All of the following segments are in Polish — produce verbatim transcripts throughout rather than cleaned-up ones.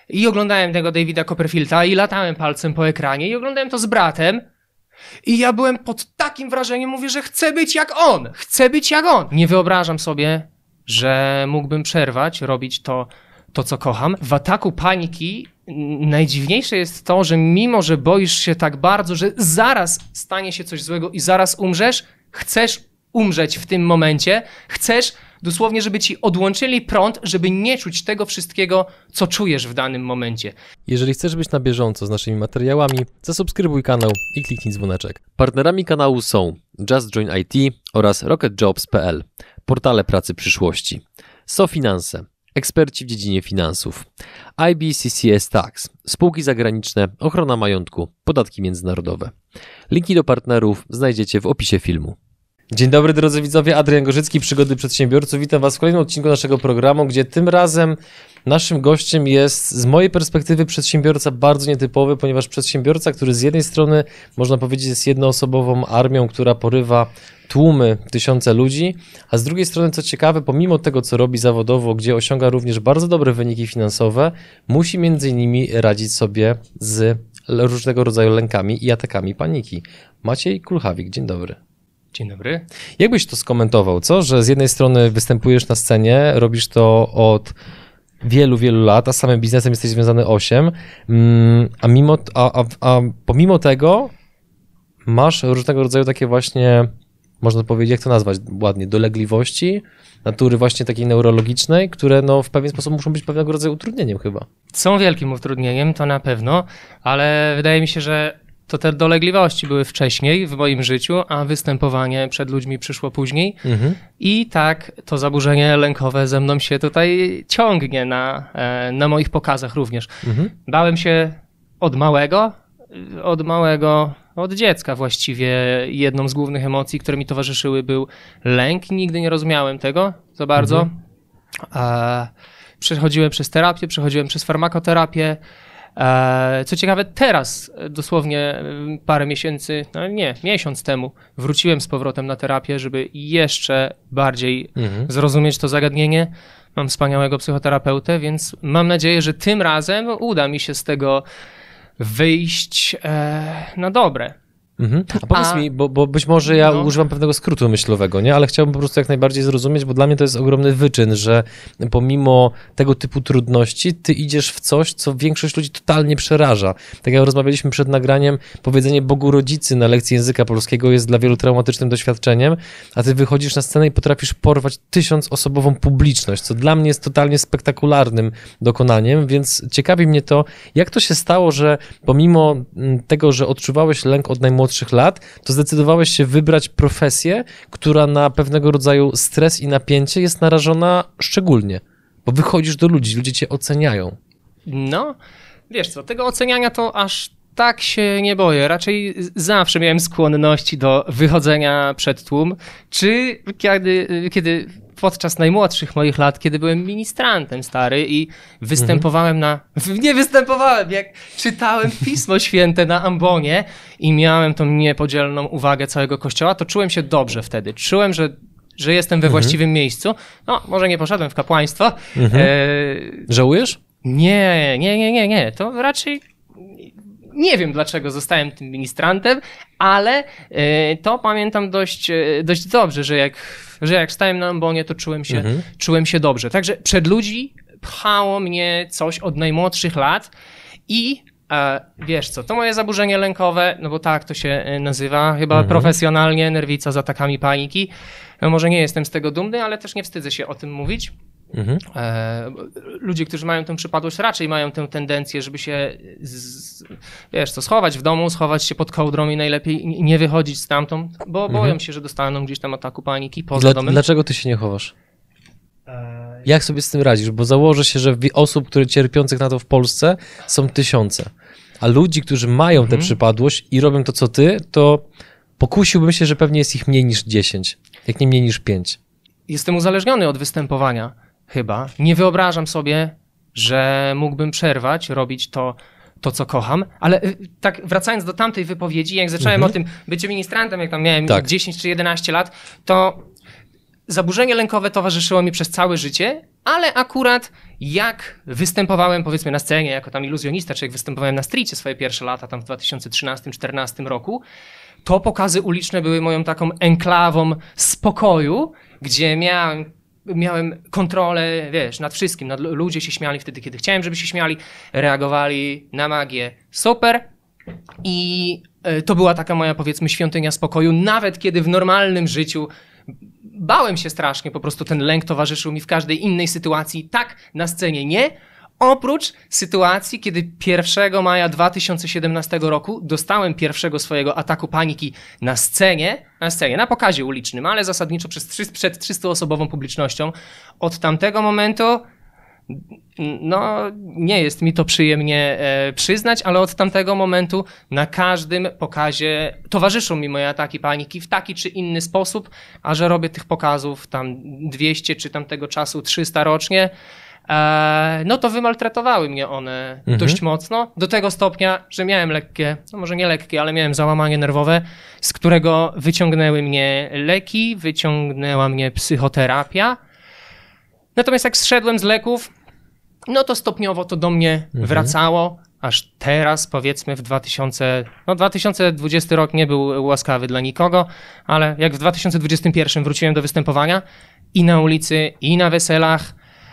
i oglądałem tego Davida Copperfielda i latałem palcem po ekranie i oglądałem to z bratem i ja byłem pod takim wrażeniem, mówię, że chcę być jak on, chcę być jak on. Nie wyobrażam sobie, że mógłbym przerwać, robić to, to co kocham. W ataku paniki najdziwniejsze jest to, że mimo, że boisz się tak bardzo, że zaraz stanie się coś złego i zaraz umrzesz, chcesz umrzeć w tym momencie, chcesz dosłownie, żeby ci odłączyli prąd, żeby nie czuć tego wszystkiego, co czujesz w danym momencie. Jeżeli chcesz być na bieżąco z naszymi materiałami, zasubskrybuj kanał i kliknij dzwoneczek. Partnerami kanału są Just Join I T oraz rocket jobs kropka p l, portale pracy przyszłości, SoFinanse, eksperci w dziedzinie finansów, I B C C S Tax, spółki zagraniczne, ochrona majątku, podatki międzynarodowe. Linki do partnerów znajdziecie w opisie filmu. Dzień dobry drodzy widzowie, Adrian Gorzycki, Przygody Przedsiębiorców. Witam Was w kolejnym odcinku naszego programu, gdzie tym razem naszym gościem jest z mojej perspektywy przedsiębiorca bardzo nietypowy, ponieważ przedsiębiorca, który z jednej strony można powiedzieć jest jednoosobową armią, która porywa tłumy, tysiące ludzi, a z drugiej strony, co ciekawe, pomimo tego, co robi zawodowo, gdzie osiąga również bardzo dobre wyniki finansowe, musi między innymi radzić sobie z różnego rodzaju lękami i atakami paniki. Maciej Kulchawik, dzień dobry. Dzień dobry. Jak byś to skomentował, co? Że z jednej strony występujesz na scenie, robisz to od wielu, wielu lat, a z samym biznesem jesteś związany osiem, a, mimo, a, a, a pomimo tego masz różnego rodzaju takie właśnie, można powiedzieć, jak to nazwać ładnie, dolegliwości natury właśnie takiej neurologicznej, które no w pewien sposób muszą być pewnego rodzaju utrudnieniem chyba. Są wielkim utrudnieniem, to na pewno, ale wydaje mi się, że to te dolegliwości były wcześniej w moim życiu, a występowanie przed ludźmi przyszło później. Mhm. I tak to zaburzenie lękowe ze mną się tutaj ciągnie na, na moich pokazach również. Mhm. Bałem się od małego, od małego, od dziecka właściwie. Jedną z głównych emocji, które mi towarzyszyły, był lęk. Nigdy nie rozumiałem tego za bardzo. Mhm. A przechodziłem przez terapię, przechodziłem przez farmakoterapię. Co ciekawe, teraz dosłownie parę miesięcy, no nie, miesiąc temu wróciłem z powrotem na terapię, żeby jeszcze bardziej mhm. zrozumieć to zagadnienie. Mam wspaniałego psychoterapeutę, więc mam nadzieję, że tym razem uda mi się z tego wyjść e, na dobre. Mhm. A powiedz A, mi, bo, bo być może ja no. używam pewnego skrótu myślowego, nie? Ale chciałbym po prostu jak najbardziej zrozumieć, bo dla mnie to jest ogromny wyczyn, że pomimo tego typu trudności ty idziesz w coś, co większość ludzi totalnie przeraża. Tak jak rozmawialiśmy przed nagraniem, powiedzenie Bogu rodzicy na lekcji języka polskiego jest dla wielu traumatycznym doświadczeniem, a ty wychodzisz na scenę i potrafisz porwać tysiącosobową publiczność, co dla mnie jest totalnie spektakularnym dokonaniem, więc ciekawi mnie to, jak to się stało, że pomimo tego, że odczuwałeś lęk od najmłodszych lat, to zdecydowałeś się wybrać profesję, która na pewnego rodzaju stres i napięcie jest narażona szczególnie, bo wychodzisz do ludzi, ludzie cię oceniają. No, wiesz co, tego oceniania to aż tak się nie boję. Raczej zawsze miałem skłonności do wychodzenia przed tłum, czy kiedy, kiedy podczas najmłodszych moich lat, kiedy byłem ministrantem stary i występowałem mhm. na... Nie występowałem, jak czytałem Pismo Święte na ambonie i miałem tą niepodzielną uwagę całego Kościoła, to czułem się dobrze wtedy. Czułem, że, że jestem we mhm. właściwym miejscu. No, może nie poszedłem w kapłaństwo. Mhm. E... Żałujesz? Nie, nie, nie, nie, nie. To raczej... Nie wiem, dlaczego zostałem tym ministrantem, ale y, to pamiętam dość, y, dość dobrze, że jak, że jak stałem na ambonie, to czułem się, mhm. czułem się dobrze. Także przed ludzi pchało mnie coś od najmłodszych lat i e, wiesz co, to moje zaburzenie lękowe, no bo tak to się nazywa chyba mhm. profesjonalnie, nerwica z atakami paniki. No może nie jestem z tego dumny, ale też nie wstydzę się o tym mówić. Mhm. E, ludzie, którzy mają tę przypadłość, raczej mają tę tendencję, żeby się z, wiesz co, schować w domu, schować się pod kołdrą i najlepiej nie wychodzić stamtąd, bo mhm. boją się, że dostaną gdzieś tam ataku paniki poza Dla, domem. Dlaczego ty się nie chowasz? E... Jak sobie z tym radzisz? Bo założę się, że osób, które cierpiących na to w Polsce są tysiące, a ludzi, którzy mają mhm. tę przypadłość i robią to co ty, to pokusiłbym się, że pewnie jest ich mniej niż dziesięć, jak nie mniej niż pięć. Jestem uzależniony od występowania. Chyba. Nie wyobrażam sobie, że mógłbym przerwać, robić to, to co kocham, ale tak wracając do tamtej wypowiedzi, jak zacząłem mhm. o tym bycie ministrantem, jak tam miałem tak. dziesięć czy jedenaście lat, to zaburzenie lękowe towarzyszyło mi przez całe życie, ale akurat jak występowałem powiedzmy na scenie jako tam iluzjonista, czy jak występowałem na streetie swoje pierwsze lata tam w dwa tysiące trzynastym czternastym roku, to pokazy uliczne były moją taką enklawą spokoju, gdzie miałem, miałem kontrolę, wiesz, nad wszystkim. Nad, ludzie się śmiali wtedy, kiedy chciałem, żeby się śmiali, reagowali na magię. Super. I to była taka moja, powiedzmy, świątynia spokoju, nawet kiedy w normalnym życiu bałem się strasznie, po prostu ten lęk towarzyszył mi w każdej innej sytuacji, tak, na scenie nie, oprócz sytuacji, kiedy pierwszego maja dwa tysiące siedemnastego roku dostałem pierwszego swojego ataku paniki na scenie, na scenie, na pokazie ulicznym, ale zasadniczo przez, przed trzystuosobową publicznością. Od tamtego momentu no, nie jest mi to przyjemnie e, przyznać, ale od tamtego momentu na każdym pokazie towarzyszą mi moje ataki paniki w taki czy inny sposób, a że robię tych pokazów tam dwieście czy tamtego czasu trzysta rocznie, e, no to wymaltretowały mnie one mhm. dość mocno, do tego stopnia, że miałem lekkie, no może nie lekkie, ale miałem załamanie nerwowe, z którego wyciągnęły mnie leki, wyciągnęła mnie psychoterapia. Natomiast jak zszedłem z leków, no to stopniowo to do mnie mhm. wracało, aż teraz powiedzmy w dwa tysiące, no dwa tysiące dwudziesty rok nie był łaskawy dla nikogo, ale jak w dwa tysiące dwudziestym pierwszym wróciłem do występowania i na ulicy, i na weselach,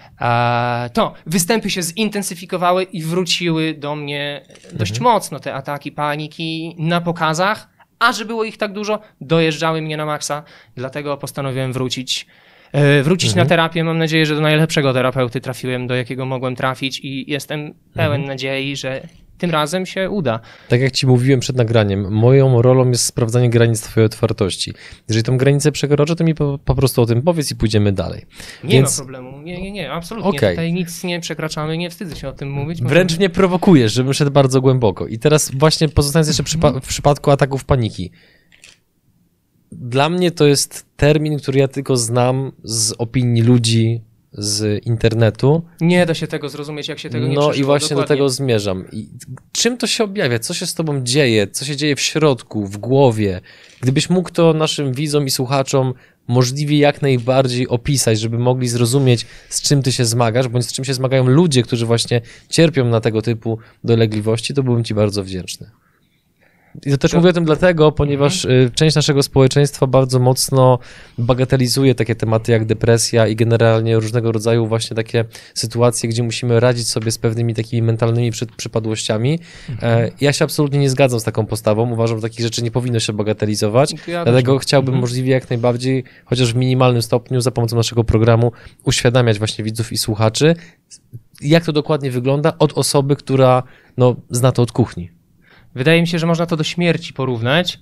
to występy się zintensyfikowały i wróciły do mnie dość mhm. mocno te ataki paniki na pokazach, a że było ich tak dużo, dojeżdżały mnie na maksa, dlatego postanowiłem wrócić Wrócić mhm. na terapię. Mam nadzieję, że do najlepszego terapeuty trafiłem, do jakiego mogłem trafić i jestem pełen mhm. nadziei, że tym razem się uda. Tak jak ci mówiłem przed nagraniem, moją rolą jest sprawdzanie granic twojej otwartości. Jeżeli tą granicę przekroczę, to mi po, po prostu o tym powiedz i pójdziemy dalej. Nie Więc... ma problemu. Nie, nie, nie, absolutnie. Okay. Tutaj nic nie przekraczamy, nie wstydzę się o tym mówić. Wręcz możemy... mnie prowokujesz, żebym szedł bardzo głęboko. I teraz właśnie pozostając jeszcze mhm. przypa- w przypadku ataków paniki. Dla mnie to jest termin, który ja tylko znam z opinii ludzi z internetu. Nie da się tego zrozumieć, jak się tego nie No przeżyło. i właśnie Dokładnie. do tego zmierzam. I czym to się objawia? Co się z tobą dzieje? Co się dzieje w środku, w głowie? Gdybyś mógł to naszym widzom i słuchaczom możliwie jak najbardziej opisać, żeby mogli zrozumieć, z czym ty się zmagasz, bądź z czym się zmagają ludzie, którzy właśnie cierpią na tego typu dolegliwości, to byłbym ci bardzo wdzięczny. I to też to... mówię o tym dlatego, ponieważ mhm. część naszego społeczeństwa bardzo mocno bagatelizuje takie tematy jak depresja i generalnie różnego rodzaju właśnie takie sytuacje, gdzie musimy radzić sobie z pewnymi takimi mentalnymi przypadłościami. Mhm. Ja się absolutnie nie zgadzam z taką postawą. Uważam, że takich rzeczy nie powinno się bagatelizować. Ja dlatego też. chciałbym mhm. możliwie jak najbardziej, chociaż w minimalnym stopniu, za pomocą naszego programu uświadamiać właśnie widzów i słuchaczy, jak to dokładnie wygląda od osoby, która no, zna to od kuchni. Wydaje mi się, że można to do śmierci porównać,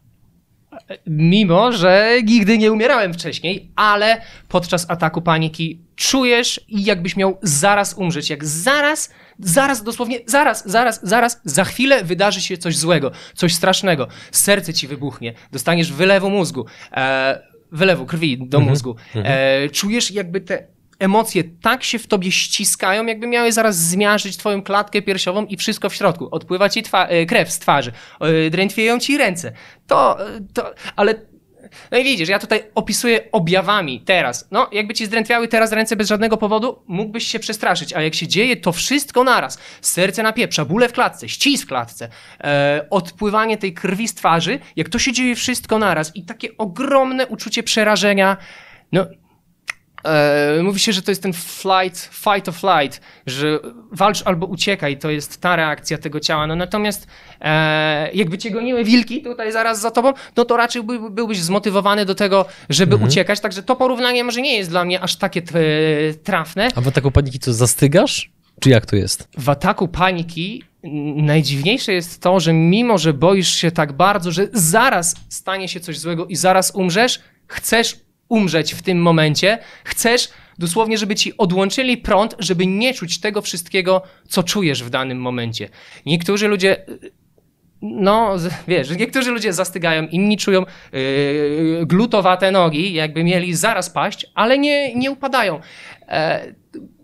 mimo że nigdy nie umierałem wcześniej, ale podczas ataku paniki czujesz, jakbyś miał zaraz umrzeć, jak zaraz, zaraz, dosłownie zaraz, zaraz, zaraz, za chwilę wydarzy się coś złego, coś strasznego, serce ci wybuchnie, dostaniesz wylewu mózgu, e, wylewu krwi do mhm. mózgu, e, czujesz jakby te emocje tak się w tobie ściskają, jakby miały zaraz zmiażdżyć twoją klatkę piersiową i wszystko w środku. Odpływa ci twa- krew z twarzy, drętwieją ci ręce. To, to, ale no i widzisz, ja tutaj opisuję objawami teraz. No, jakby ci zdrętwiały teraz ręce bez żadnego powodu, mógłbyś się przestraszyć, a jak się dzieje to wszystko naraz, serce napieprza, bóle w klatce, ścisk w klatce, e, odpływanie tej krwi z twarzy, jak to się dzieje wszystko naraz i takie ogromne uczucie przerażenia, no E, mówi się, że to jest ten flight, fight or flight, że walcz albo uciekaj, to jest ta reakcja tego ciała. No natomiast e, jakby cię goniły wilki tutaj zaraz za tobą, no to raczej by, byłbyś zmotywowany do tego, żeby mhm. uciekać. Także to porównanie może nie jest dla mnie aż takie t, trafne. A w ataku paniki to zastygasz? Czy jak to jest? W ataku paniki najdziwniejsze jest to, że mimo, że boisz się tak bardzo, że zaraz stanie się coś złego i zaraz umrzesz, chcesz umrzeć w tym momencie, chcesz dosłownie, żeby ci odłączyli prąd, żeby nie czuć tego wszystkiego, co czujesz w danym momencie. Niektórzy ludzie, no wiesz, niektórzy ludzie zastygają, inni czują yy, glutowate nogi, jakby mieli zaraz paść, ale nie, nie upadają. E,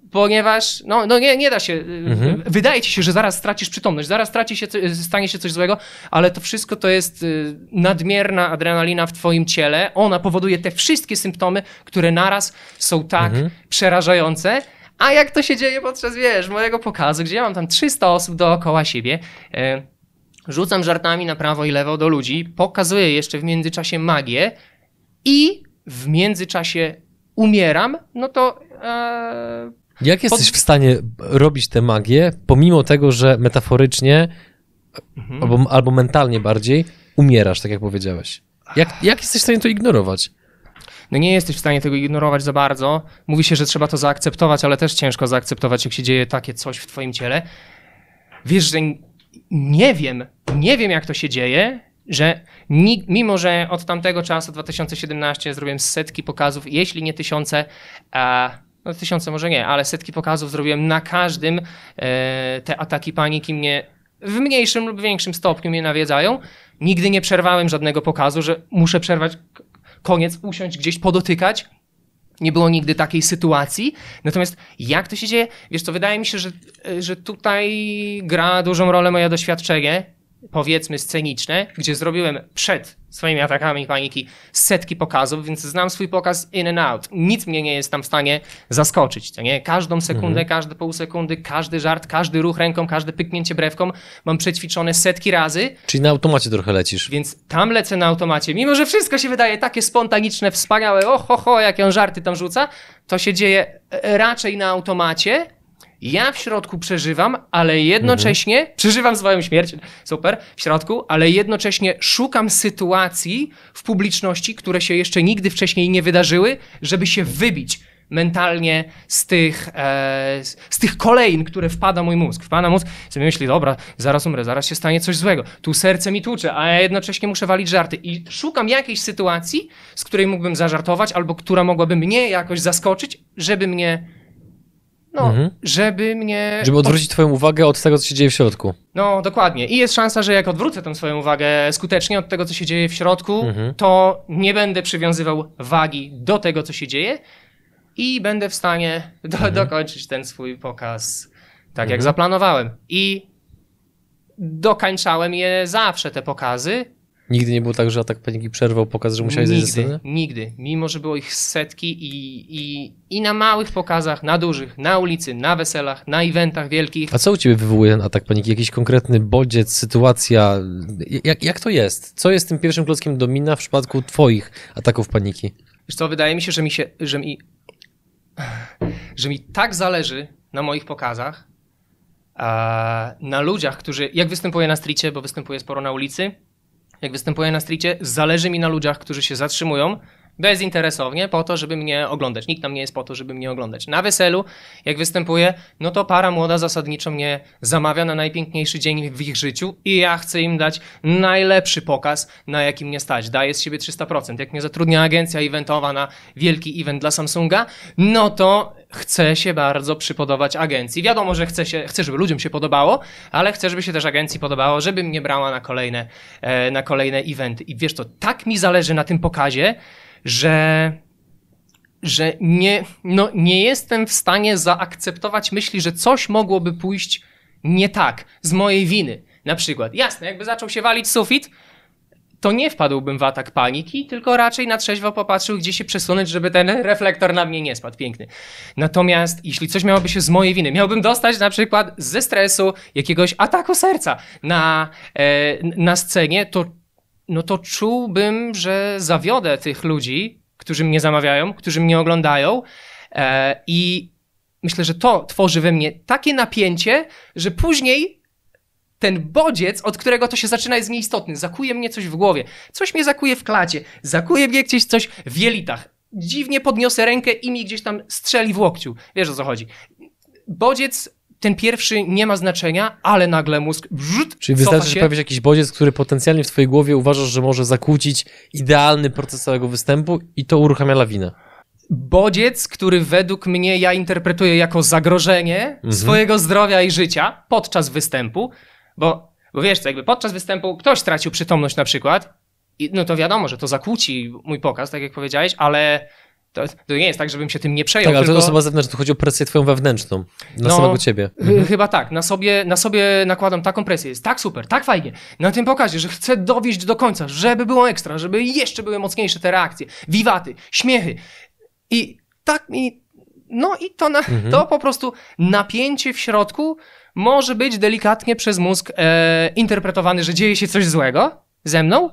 ponieważ no, no nie, nie da się, mhm. wydaje ci się, że zaraz stracisz przytomność, zaraz traci się, stanie się coś złego, ale to wszystko to jest nadmierna adrenalina w twoim ciele, ona powoduje te wszystkie symptomy, które naraz są tak mhm. przerażające. A jak to się dzieje podczas, wiesz, mojego pokazu, gdzie ja mam tam trzysta osób dookoła siebie, e, rzucam żartami na prawo i lewo do ludzi, pokazuję jeszcze w międzyczasie magię i w międzyczasie umieram, no to... E, jak jesteś pod... w stanie robić tę magię, pomimo tego, że metaforycznie mhm. albo, albo mentalnie bardziej umierasz, tak jak powiedziałeś? Jak, jak jesteś w stanie to ignorować? No nie jesteś w stanie tego ignorować za bardzo. Mówi się, że trzeba to zaakceptować, ale też ciężko zaakceptować, jak się dzieje takie coś w twoim ciele. Wiesz, że nie wiem, nie wiem jak to się dzieje, że ni- mimo, że od tamtego czasu, dwa tysiące siedemnastego, zrobiłem setki pokazów, jeśli nie tysiące, a, no tysiące może nie, ale setki pokazów zrobiłem na każdym, e, te ataki paniki mnie w mniejszym lub większym stopniu mnie nawiedzają. Nigdy nie przerwałem żadnego pokazu, że muszę przerwać koniec, usiąść gdzieś, podotykać. Nie było nigdy takiej sytuacji. Natomiast jak to się dzieje? Wiesz co, wydaje mi się, że, że tutaj gra dużą rolę moje doświadczenie, powiedzmy sceniczne, gdzie zrobiłem przed swoimi atakami paniki setki pokazów, więc znam swój pokaz in and out. Nic mnie nie jest tam w stanie zaskoczyć. To nie? Każdą sekundę, mhm. każde pół sekundy, każdy żart, każdy ruch ręką, każde pyknięcie brewką mam przećwiczone setki razy. Czyli na automacie trochę lecisz. Więc tam lecę na automacie. Mimo że wszystko się wydaje takie spontaniczne, wspaniałe, o ho, ho, jak on żarty tam rzuca, to się dzieje raczej na automacie. Ja w środku przeżywam, ale jednocześnie mhm. przeżywam swoją śmierć, super, w środku, ale jednocześnie szukam sytuacji w publiczności, które się jeszcze nigdy wcześniej nie wydarzyły, żeby się wybić mentalnie z tych, e, z tych kolejn, które wpada mój mózg. Wpada mózg, sobie myśli, dobra, zaraz umrę, zaraz się stanie coś złego, tu serce mi tłucze, a ja jednocześnie muszę walić żarty. I szukam jakiejś sytuacji, z której mógłbym zażartować, albo która mogłaby mnie jakoś zaskoczyć, żeby mnie... No, mhm. żeby mnie... Żeby odwrócić twoją uwagę od tego, co się dzieje w środku. No, dokładnie. I jest szansa, że jak odwrócę tę swoją uwagę skutecznie od tego, co się dzieje w środku, mhm. to nie będę przywiązywał wagi do tego, co się dzieje i będę w stanie do, mhm. dokończyć ten swój pokaz tak, mhm. jak zaplanowałem. I dokańczałem je zawsze, te pokazy. Nigdy nie było tak, że atak paniki przerwał pokaz, że musiałeś zejść ze sceny? Nigdy, nigdy. Mimo, że było ich setki i, i, i na małych pokazach, na dużych, na ulicy, na weselach, na eventach wielkich. A co u ciebie wywołuje ten atak paniki? Jakiś konkretny bodziec, sytuacja? Jak, jak to jest? Co jest tym pierwszym klockiem domina w przypadku twoich ataków paniki? Wiesz co, wydaje mi się, że mi się, że mi, że mi tak zależy na moich pokazach, na ludziach, którzy, jak występuję na streetie, bo występuję sporo na ulicy, jak występuję na streetie, zależy mi na ludziach, którzy się zatrzymują bezinteresownie po to, żeby mnie oglądać. Nikt tam nie jest po to, żeby mnie oglądać. Na weselu, jak występuję, no to para młoda zasadniczo mnie zamawia na najpiękniejszy dzień w ich życiu i ja chcę im dać najlepszy pokaz, na jaki mnie stać. Daję z siebie trzysta procent. Jak mnie zatrudnia agencja eventowa na wielki event dla Samsunga, no to chcę się bardzo przypodobać agencji. Wiadomo, że chcę, się, chcę, żeby ludziom się podobało, ale chcę, żeby się też agencji podobało, żeby mnie brała na kolejne, e, na kolejne eventy. I wiesz to, tak mi zależy na tym pokazie, że, że nie, no, nie jestem w stanie zaakceptować myśli, że coś mogłoby pójść nie tak, z mojej winy. Na przykład, jasne, jakby zaczął się walić sufit, to nie wpadłbym w atak paniki, tylko raczej na trzeźwo popatrzył, gdzie się przesunąć, żeby ten reflektor na mnie nie spadł. Piękny. Natomiast jeśli coś miałoby się z mojej winy, miałbym dostać na przykład ze stresu jakiegoś ataku serca na, e, na scenie, to no to czułbym, że zawiodę tych ludzi, którzy mnie zamawiają, którzy mnie oglądają e, i myślę, że to tworzy we mnie takie napięcie, że później ten bodziec, od którego to się zaczyna, jest nieistotny. Zakuje mnie coś w głowie, coś mnie zakuje w klacie, zakuje mnie gdzieś coś w jelitach. Dziwnie podniosę rękę i mi gdzieś tam strzeli w łokciu. Wiesz, o co chodzi. Bodziec ten pierwszy nie ma znaczenia, ale nagle mózg brzut, czyli wystarczy, że pojawi się jakiś bodziec, który potencjalnie w twojej głowie uważasz, że może zakłócić idealny proces całego występu i to uruchamia lawinę. Bodziec, który według mnie ja interpretuję jako zagrożenie mhm. swojego zdrowia i życia podczas występu, bo, bo wiesz co, jakby podczas występu ktoś stracił przytomność na przykład, i, no to wiadomo, że to zakłóci mój pokaz, tak jak powiedziałeś, ale To, to nie jest tak, żebym się tym nie przejął. Tak, ale tylko... to osoba zewnętrzna, to chodzi o presję twoją wewnętrzną, na no, samego ciebie. Mhm. Chyba tak, na sobie, na sobie nakładam taką presję, jest tak super, tak fajnie, na tym pokazie, że chcę dowieść do końca, żeby było ekstra, żeby jeszcze były mocniejsze te reakcje, wiwaty, śmiechy i tak mi, no i to, na, mhm. to po prostu napięcie w środku może być delikatnie przez mózg e, interpretowany, że dzieje się coś złego ze mną.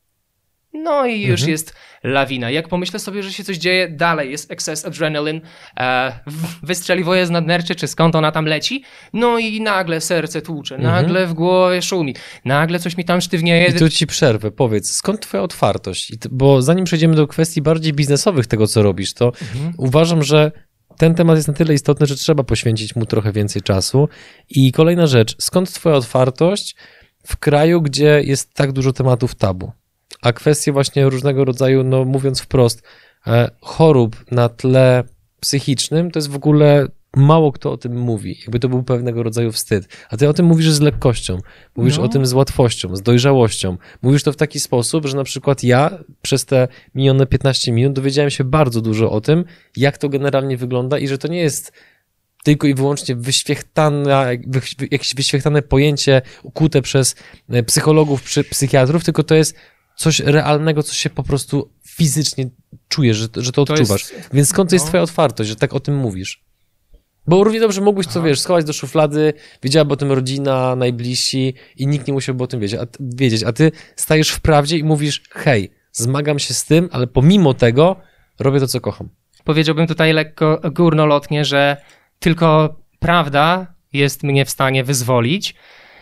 No i już mhm. jest lawina. Jak pomyślę sobie, że się coś dzieje, dalej jest excess adrenaline, e, wystrzeliwo jest nadnerczy, czy skąd ona tam leci, no i nagle serce tłucze, mhm. nagle w głowie szumi, nagle coś mi tam sztywnieje. I tu ci przerwę, powiedz, skąd twoja otwartość? Bo zanim przejdziemy do kwestii bardziej biznesowych tego, co robisz, to mhm. uważam, że ten temat jest na tyle istotny, że trzeba poświęcić mu trochę więcej czasu. I kolejna rzecz, skąd twoja otwartość w kraju, gdzie jest tak dużo tematów tabu? A kwestie właśnie różnego rodzaju, no mówiąc wprost, e, chorób na tle psychicznym, to jest w ogóle mało kto o tym mówi. Jakby to był pewnego rodzaju wstyd. A ty o tym mówisz z lekkością. Mówisz no. o tym z łatwością, z dojrzałością. Mówisz to w taki sposób, że na przykład ja przez te minione piętnaście minut dowiedziałem się bardzo dużo o tym, jak to generalnie wygląda i że to nie jest tylko i wyłącznie wyświechtane, jakieś wyświechtane pojęcie ukute przez psychologów, psychiatrów, tylko to jest coś realnego, co się po prostu fizycznie czujesz, że, że to odczuwasz. To jest, Więc skąd to jest no. twoja otwartość, że tak o tym mówisz? Bo równie dobrze mógłbyś, co wiesz, schować do szuflady, wiedziałaby o tym rodzina, najbliżsi i nikt nie musiałby o tym wiedzieć a, wiedzieć, a ty stajesz w prawdzie i mówisz, hej, zmagam się z tym, ale pomimo tego robię to, co kocham. Powiedziałbym tutaj lekko górnolotnie, że tylko prawda jest mnie w stanie wyzwolić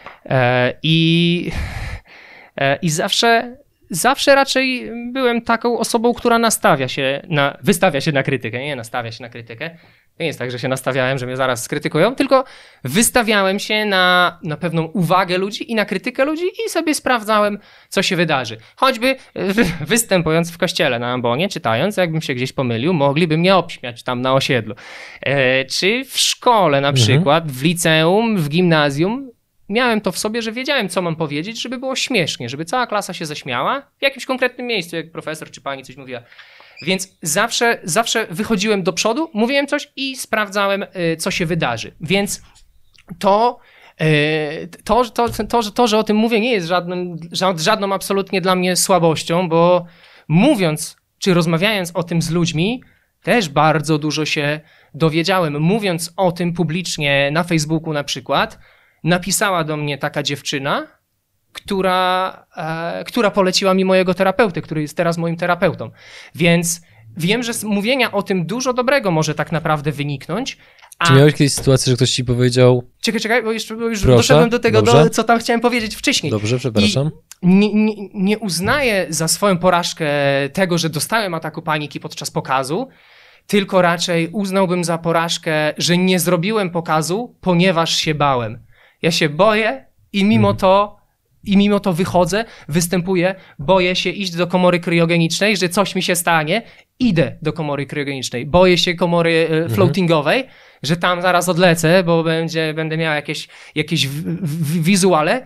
e, i, e, i zawsze... Zawsze raczej byłem taką osobą, która nastawia się na, wystawia się na krytykę, nie nastawia się na krytykę. To nie jest tak, że się nastawiałem, że mnie zaraz skrytykują, tylko wystawiałem się na, na pewną uwagę ludzi i na krytykę ludzi i sobie sprawdzałem, co się wydarzy. Choćby występując w kościele na ambonie, czytając, jakbym się gdzieś pomylił, mogliby mnie obśmiać tam na osiedlu. E, czy w szkole na przykład, mhm. w liceum, w gimnazjum, miałem to w sobie, że wiedziałem, co mam powiedzieć, żeby było śmiesznie, żeby cała klasa się zaśmiała w jakimś konkretnym miejscu, jak profesor czy pani coś mówiła. Więc zawsze, zawsze wychodziłem do przodu, mówiłem coś i sprawdzałem, co się wydarzy. Więc to, to, to, to, to że o tym mówię, nie jest żadnym, żadną absolutnie dla mnie słabością, bo mówiąc czy rozmawiając o tym z ludźmi, też bardzo dużo się dowiedziałem. Mówiąc o tym publicznie na Facebooku na przykład, napisała do mnie taka dziewczyna, która, e, która poleciła mi mojego terapeuty, który jest teraz moim terapeutą. Więc wiem, że z mówienia o tym dużo dobrego może tak naprawdę wyniknąć. A... Czy miałeś kiedyś sytuację, że ktoś ci powiedział... Czekaj, czekaj, bo już, bo już doszedłem do tego, do, co tam chciałem powiedzieć wcześniej. Dobrze, przepraszam. Nie, nie, nie uznaję za swoją porażkę tego, że dostałem ataku paniki podczas pokazu, tylko raczej uznałbym za porażkę, że nie zrobiłem pokazu, ponieważ się bałem. Ja się boję i mimo hmm. to i mimo to wychodzę, występuję, boję się iść do komory kryogenicznej, że coś mi się stanie, idę do komory kryogenicznej. Boję się komory e, floatingowej, hmm. że tam zaraz odlecę, bo będzie, będę miał jakieś, jakieś w, w, wizuale.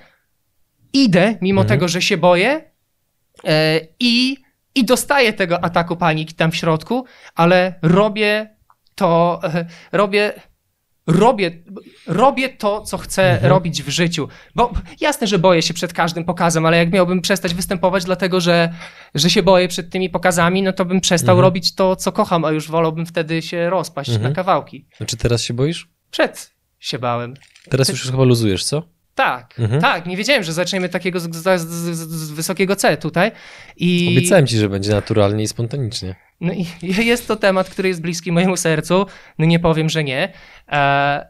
Idę, mimo hmm. tego, że się boję e, i, i dostaję tego ataku paniki tam w środku, ale robię to, e, robię... Robię, robię to, co chcę mhm. robić w życiu. Bo jasne, że boję się przed każdym pokazem, ale jak miałbym przestać występować dlatego, że, że się boję przed tymi pokazami, no to bym przestał mhm. robić to, co kocham, a już wolałbym wtedy się rozpaść mhm. na kawałki. A czy teraz się boisz? Przed się bałem. Teraz Ty... już chyba luzujesz, co? Tak, mhm. tak. Nie wiedziałem, że zaczniemy takiego z, z, z, z wysokiego C tutaj. I... Obiecałem ci, że będzie naturalnie i spontanicznie. No i jest to temat, który jest bliski mojemu sercu. No nie powiem, że nie. E...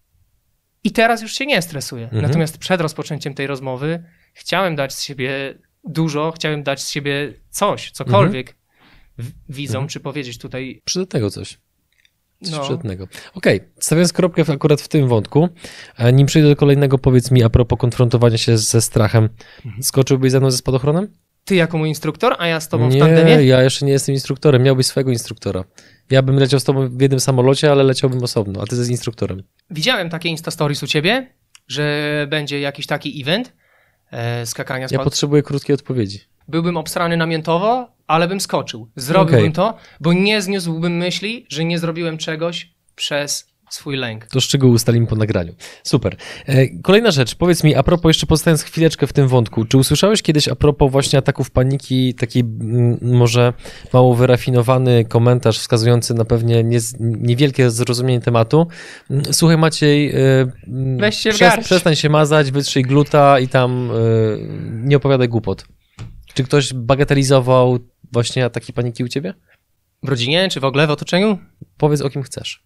I teraz już się nie stresuję. Mhm. Natomiast przed rozpoczęciem tej rozmowy chciałem dać z siebie dużo, chciałem dać z siebie coś, cokolwiek mhm. widzą, mhm. czy powiedzieć tutaj... Przydatnego coś. Coś no. przydatnego. Okej, okay. Stawiając kropkę w, akurat w tym wątku, nim przejdę do kolejnego, powiedz mi a propos konfrontowania się ze strachem. Mhm. Skoczyłbyś ze mną ze spadochronem? Ty jako mój instruktor, a ja z tobą nie, w tandemie? Nie, ja jeszcze nie jestem instruktorem. Miałbyś swojego instruktora. Ja bym leciał z tobą w jednym samolocie, ale leciałbym osobno, a ty z instruktorem. Widziałem takie Instastories u ciebie, że będzie jakiś taki event e, skakania z... Ja potrzebuję krótkiej odpowiedzi. Byłbym obsrany namiętowo, ale bym skoczył. Zrobiłbym okay. to, bo nie zniósłbym myśli, że nie zrobiłem czegoś przez swój lęk. To szczegóły ustalimy po nagraniu. Super. Kolejna rzecz, powiedz mi, a propos, jeszcze pozostając chwileczkę w tym wątku, czy usłyszałeś kiedyś a propos właśnie ataków paniki, taki może mało wyrafinowany komentarz wskazujący na pewnie nie, niewielkie zrozumienie tematu? Słuchaj Maciej, weź się w przez, garść. Przestań się mazać, wytrzyj gluta i tam nie opowiadaj głupot. Czy ktoś bagatelizował właśnie ataki paniki u ciebie? W rodzinie, czy w ogóle w otoczeniu? Powiedz, o kim chcesz.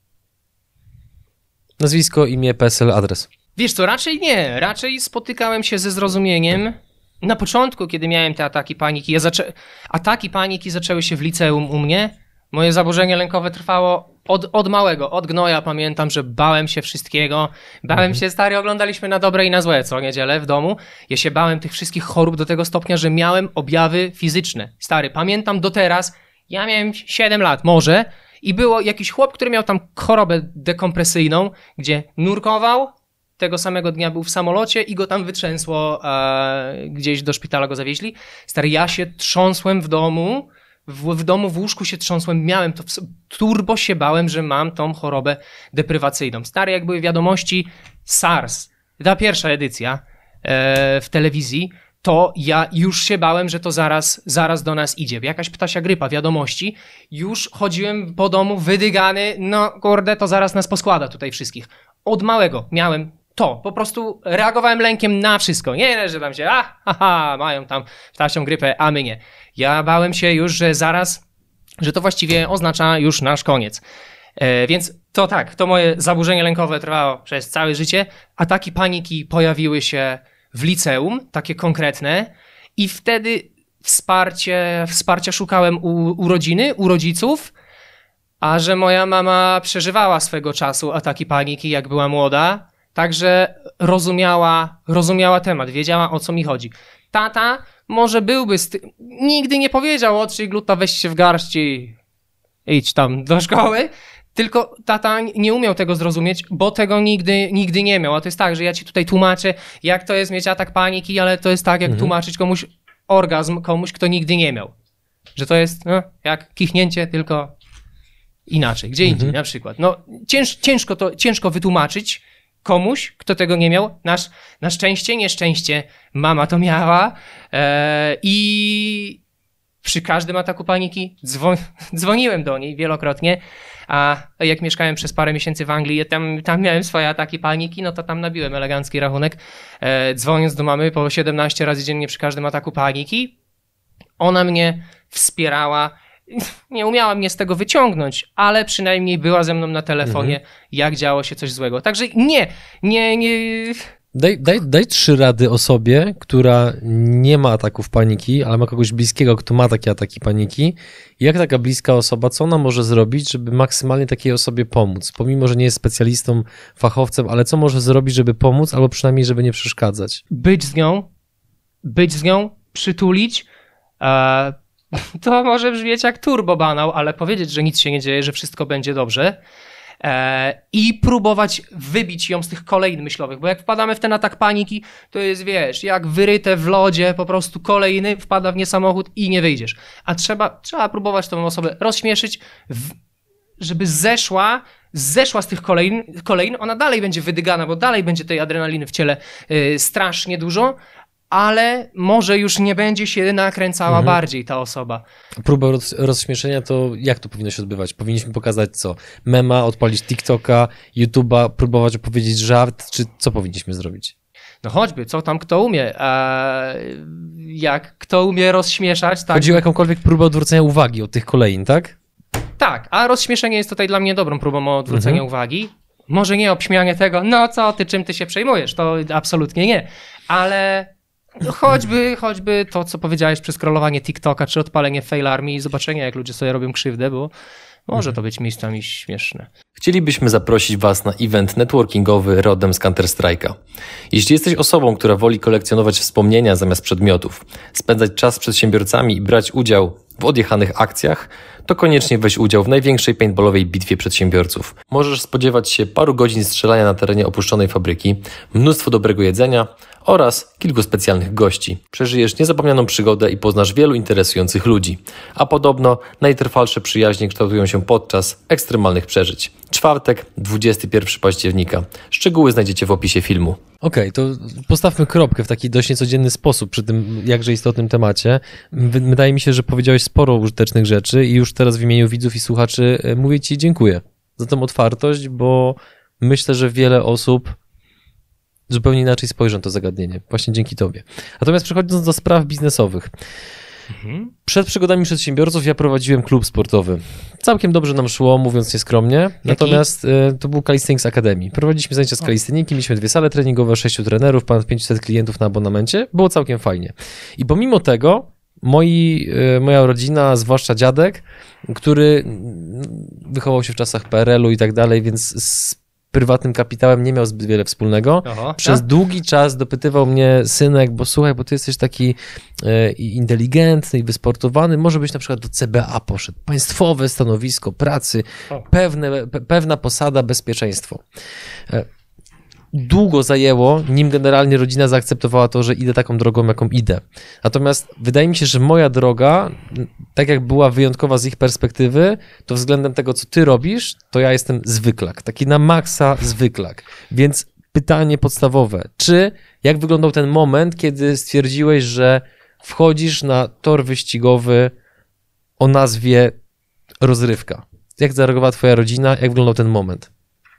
Nazwisko, imię, P E S E L, adres. Wiesz co, raczej nie. Raczej spotykałem się ze zrozumieniem. Na początku, kiedy miałem te ataki paniki, ja zaczę... ataki paniki zaczęły się w liceum u mnie. Moje zaburzenie lękowe trwało od, od małego, od gnoja. Pamiętam, że bałem się wszystkiego. Bałem mhm. się, stary, oglądaliśmy na dobre i na złe co niedzielę w domu. Ja się bałem tych wszystkich chorób do tego stopnia, że miałem objawy fizyczne. Stary, pamiętam do teraz, ja miałem siedem lat, może... I było jakiś chłop, który miał tam chorobę dekompresyjną, gdzie nurkował, tego samego dnia był w samolocie i go tam wytrzęsło, e, gdzieś do szpitala go zawieźli. Stary, ja się trząsłem w domu, w, w domu w łóżku się trząsłem, miałem to, turbo się bałem, że mam tą chorobę deprywacyjną. Stary, jak były wiadomości SARS, ta pierwsza edycja e, w telewizji, to ja już się bałem, że to zaraz, zaraz do nas idzie. Jakaś ptasia grypa, wiadomości. Już chodziłem po domu wydygany, no kurde, to zaraz nas poskłada tutaj wszystkich. Od małego miałem to. Po prostu reagowałem lękiem na wszystko. Nie, że tam się, a, haha, mają tam ptasią grypę, a my nie. Ja bałem się już, że zaraz, że to właściwie oznacza już nasz koniec. E, więc to tak, to moje zaburzenie lękowe trwało przez całe życie. Ataki paniki pojawiły się w liceum, takie konkretne, i wtedy wsparcie, wsparcia szukałem u, u rodziny, u rodziców, a że moja mama przeżywała swego czasu ataki paniki, jak była młoda, także rozumiała, rozumiała temat, wiedziała, o co mi chodzi. Tata może byłby, z ty... nigdy nie powiedział, otrzyj gluta, weź się w garść i idź tam do szkoły, tylko tata nie umiał tego zrozumieć, bo tego nigdy, nigdy nie miał. A to jest tak, że ja ci tutaj tłumaczę, jak to jest mieć atak paniki, ale to jest tak, jak mhm. tłumaczyć komuś orgazm, komuś, kto nigdy nie miał. Że to jest no, jak kichnięcie, tylko inaczej, gdzie indziej mhm. na przykład. No, cięż, ciężko, to, ciężko wytłumaczyć komuś, kto tego nie miał. Nasz, na szczęście, nieszczęście mama to miała e, i przy każdym ataku paniki dzwon, dzwoniłem do niej wielokrotnie. A jak mieszkałem przez parę miesięcy w Anglii, tam, tam miałem swoje ataki paniki, no to tam nabiłem elegancki rachunek, e, dzwoniąc do mamy po siedemnaście razy dziennie przy każdym ataku paniki. Ona mnie wspierała, nie umiała mnie z tego wyciągnąć, ale przynajmniej była ze mną na telefonie, mhm. jak działo się coś złego. Także nie, nie, nie... Daj, daj, daj trzy rady osobie, która nie ma ataków paniki, ale ma kogoś bliskiego, kto ma takie ataki paniki. Jak taka bliska osoba, co ona może zrobić, żeby maksymalnie takiej osobie pomóc? Pomimo, że nie jest specjalistą, fachowcem, ale co może zrobić, żeby pomóc, albo przynajmniej, żeby nie przeszkadzać? Być z nią, być z nią, przytulić. E, to może brzmieć jak turbo banał, ale powiedzieć, że nic się nie dzieje, że wszystko będzie dobrze. I próbować wybić ją z tych kolejnych myślowych, bo jak wpadamy w ten atak paniki, to jest, wiesz, jak wyryte w lodzie, po prostu kolejny wpada w nie samochód i nie wyjdziesz. A trzeba, trzeba próbować tą osobę rozśmieszyć, w, żeby zeszła, zeszła z tych kolejn, kolejn, ona dalej będzie wydygana, bo dalej będzie tej adrenaliny w ciele yy, strasznie dużo, ale może już nie będzie się nakręcała mhm. bardziej ta osoba. Próba roz, rozśmieszenia to jak to powinno się odbywać? Powinniśmy pokazać co? Mema, odpalić TikToka, YouTube'a, próbować opowiedzieć żart, czy co powinniśmy zrobić? No choćby, co tam kto umie. A jak kto umie rozśmieszać, tak? Chodzi o jakąkolwiek próbę odwrócenia uwagi od tych kolejn, tak? Tak, a rozśmieszenie jest tutaj dla mnie dobrą próbą odwrócenia mhm. uwagi. Może nie obśmianie tego, no co ty, czym ty się przejmujesz, to absolutnie nie, ale... No choćby, choćby to, co powiedziałeś, przeskrolowanie TikToka, czy odpalenie Fail Army i zobaczenie, jak ludzie sobie robią krzywdę, bo może to być miejscami śmieszne. Chcielibyśmy zaprosić Was na event networkingowy rodem z Counter-Strike'a. Jeśli jesteś osobą, która woli kolekcjonować wspomnienia zamiast przedmiotów, spędzać czas z przedsiębiorcami i brać udział w odjechanych akcjach, to koniecznie weź udział w największej paintballowej bitwie przedsiębiorców. Możesz spodziewać się paru godzin strzelania na terenie opuszczonej fabryki, mnóstwo dobrego jedzenia oraz kilku specjalnych gości. Przeżyjesz niezapomnianą przygodę i poznasz wielu interesujących ludzi. A podobno najtrwalsze przyjaźnie kształtują się podczas ekstremalnych przeżyć. Czwartek, dwudziestego pierwszego października. Szczegóły znajdziecie w opisie filmu. Okej, okay, to postawmy kropkę w taki dość niecodzienny sposób przy tym jakże istotnym temacie. Wydaje mi się, że powiedziałeś sporo użytecznych rzeczy i już teraz w imieniu widzów i słuchaczy mówię Ci dziękuję za tą otwartość, bo myślę, że wiele osób zupełnie inaczej spojrzą na to zagadnienie. Właśnie dzięki Tobie. Natomiast przechodząc do spraw biznesowych. Mhm. Przed przygodami przedsiębiorców ja prowadziłem klub sportowy. Całkiem dobrze nam szło, mówiąc nieskromnie. Jaki? Natomiast y, to był Calisthenics Academy. Prowadziliśmy zajęcia z kalistoniki, mieliśmy dwie sale treningowe, sześciu trenerów, ponad pięćset klientów na abonamencie. Było całkiem fajnie. I pomimo tego moi, y, moja rodzina, zwłaszcza dziadek, który wychował się w czasach P R L u i tak dalej, więc z prywatnym kapitałem nie miał zbyt wiele wspólnego. Aha, Przez tak? długi czas dopytywał mnie synek, bo słuchaj, bo ty jesteś taki e, inteligentny i wysportowany, może byś na przykład do C B A poszedł. Państwowe stanowisko pracy, pewne, pe, pewna posada, bezpieczeństwo. E, Długo zajęło, nim generalnie rodzina zaakceptowała to, że idę taką drogą, jaką idę. Natomiast wydaje mi się, że moja droga, tak jak była wyjątkowa z ich perspektywy, to względem tego, co ty robisz, to ja jestem zwyklak, taki na maksa zwyklak. Więc pytanie podstawowe, czy jak wyglądał ten moment, kiedy stwierdziłeś, że wchodzisz na tor wyścigowy o nazwie rozrywka? Jak zareagowała twoja rodzina, jak wyglądał ten moment?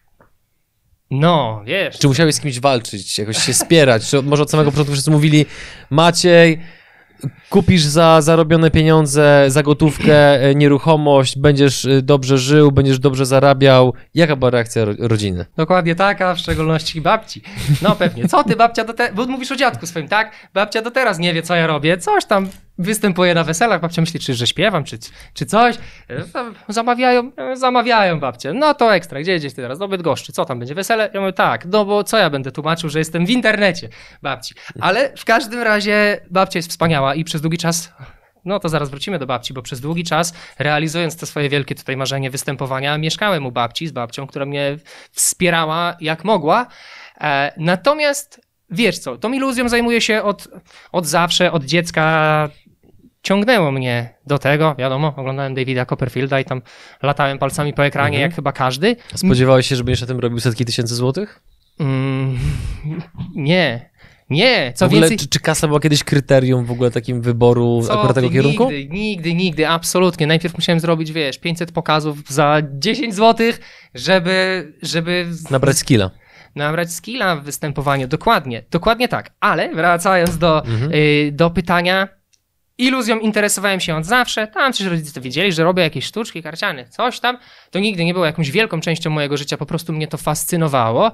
No, wiesz. Czy musiałeś z kimś walczyć, jakoś się spierać? Czy może od samego początku wszyscy mówili: Maciej, kupisz za zarobione pieniądze, za gotówkę nieruchomość, będziesz dobrze żył, będziesz dobrze zarabiał. Jaka była reakcja ro- rodziny? Dokładnie taka, w szczególności babci. No pewnie. Co ty, babcia, do te... bo mówisz o dziadku swoim, tak? Babcia do teraz nie wie, co ja robię. Coś tam występuje na weselach. Babcia myśli, czy że śpiewam, czy, czy coś. Zamawiają, zamawiają babcie. No to ekstra. Gdzie jedziesz ty teraz? Do Bydgoszczy. Co tam będzie? Wesele? Ja mówię, tak. No bo co ja będę tłumaczył, że jestem w internecie babci. Ale w każdym razie babcia jest wspaniała i przez długi czas... No to zaraz wrócimy do babci, bo przez długi czas, realizując te swoje wielkie tutaj marzenie występowania, mieszkałem u babci z babcią, która mnie wspierała jak mogła. E, natomiast wiesz co, tą iluzją zajmuję się od, od zawsze, od dziecka. Ciągnęło mnie do tego, wiadomo, oglądałem Davida Copperfielda i tam latałem palcami po ekranie, mhm. jak chyba każdy. Spodziewałeś się, że będziesz na tym robił setki tysięcy złotych? Mm, nie. Nie, co w ogóle, więcej... Czy, czy kasa była kiedyś kryterium w ogóle takim wyboru co akurat tego ty, kierunku? Nigdy, nigdy, nigdy, absolutnie. Najpierw musiałem zrobić, wiesz, pięćset pokazów za dziesięć złotych, żeby... żeby... Nabrać skilla. Nabrać skilla w występowaniu, dokładnie, dokładnie tak. Ale wracając do, mhm. y, do pytania, iluzją interesowałem się od zawsze, tam przecież rodzice to wiedzieli, że robię jakieś sztuczki, karciane, coś tam. To nigdy nie było jakąś wielką częścią mojego życia, po prostu mnie to fascynowało.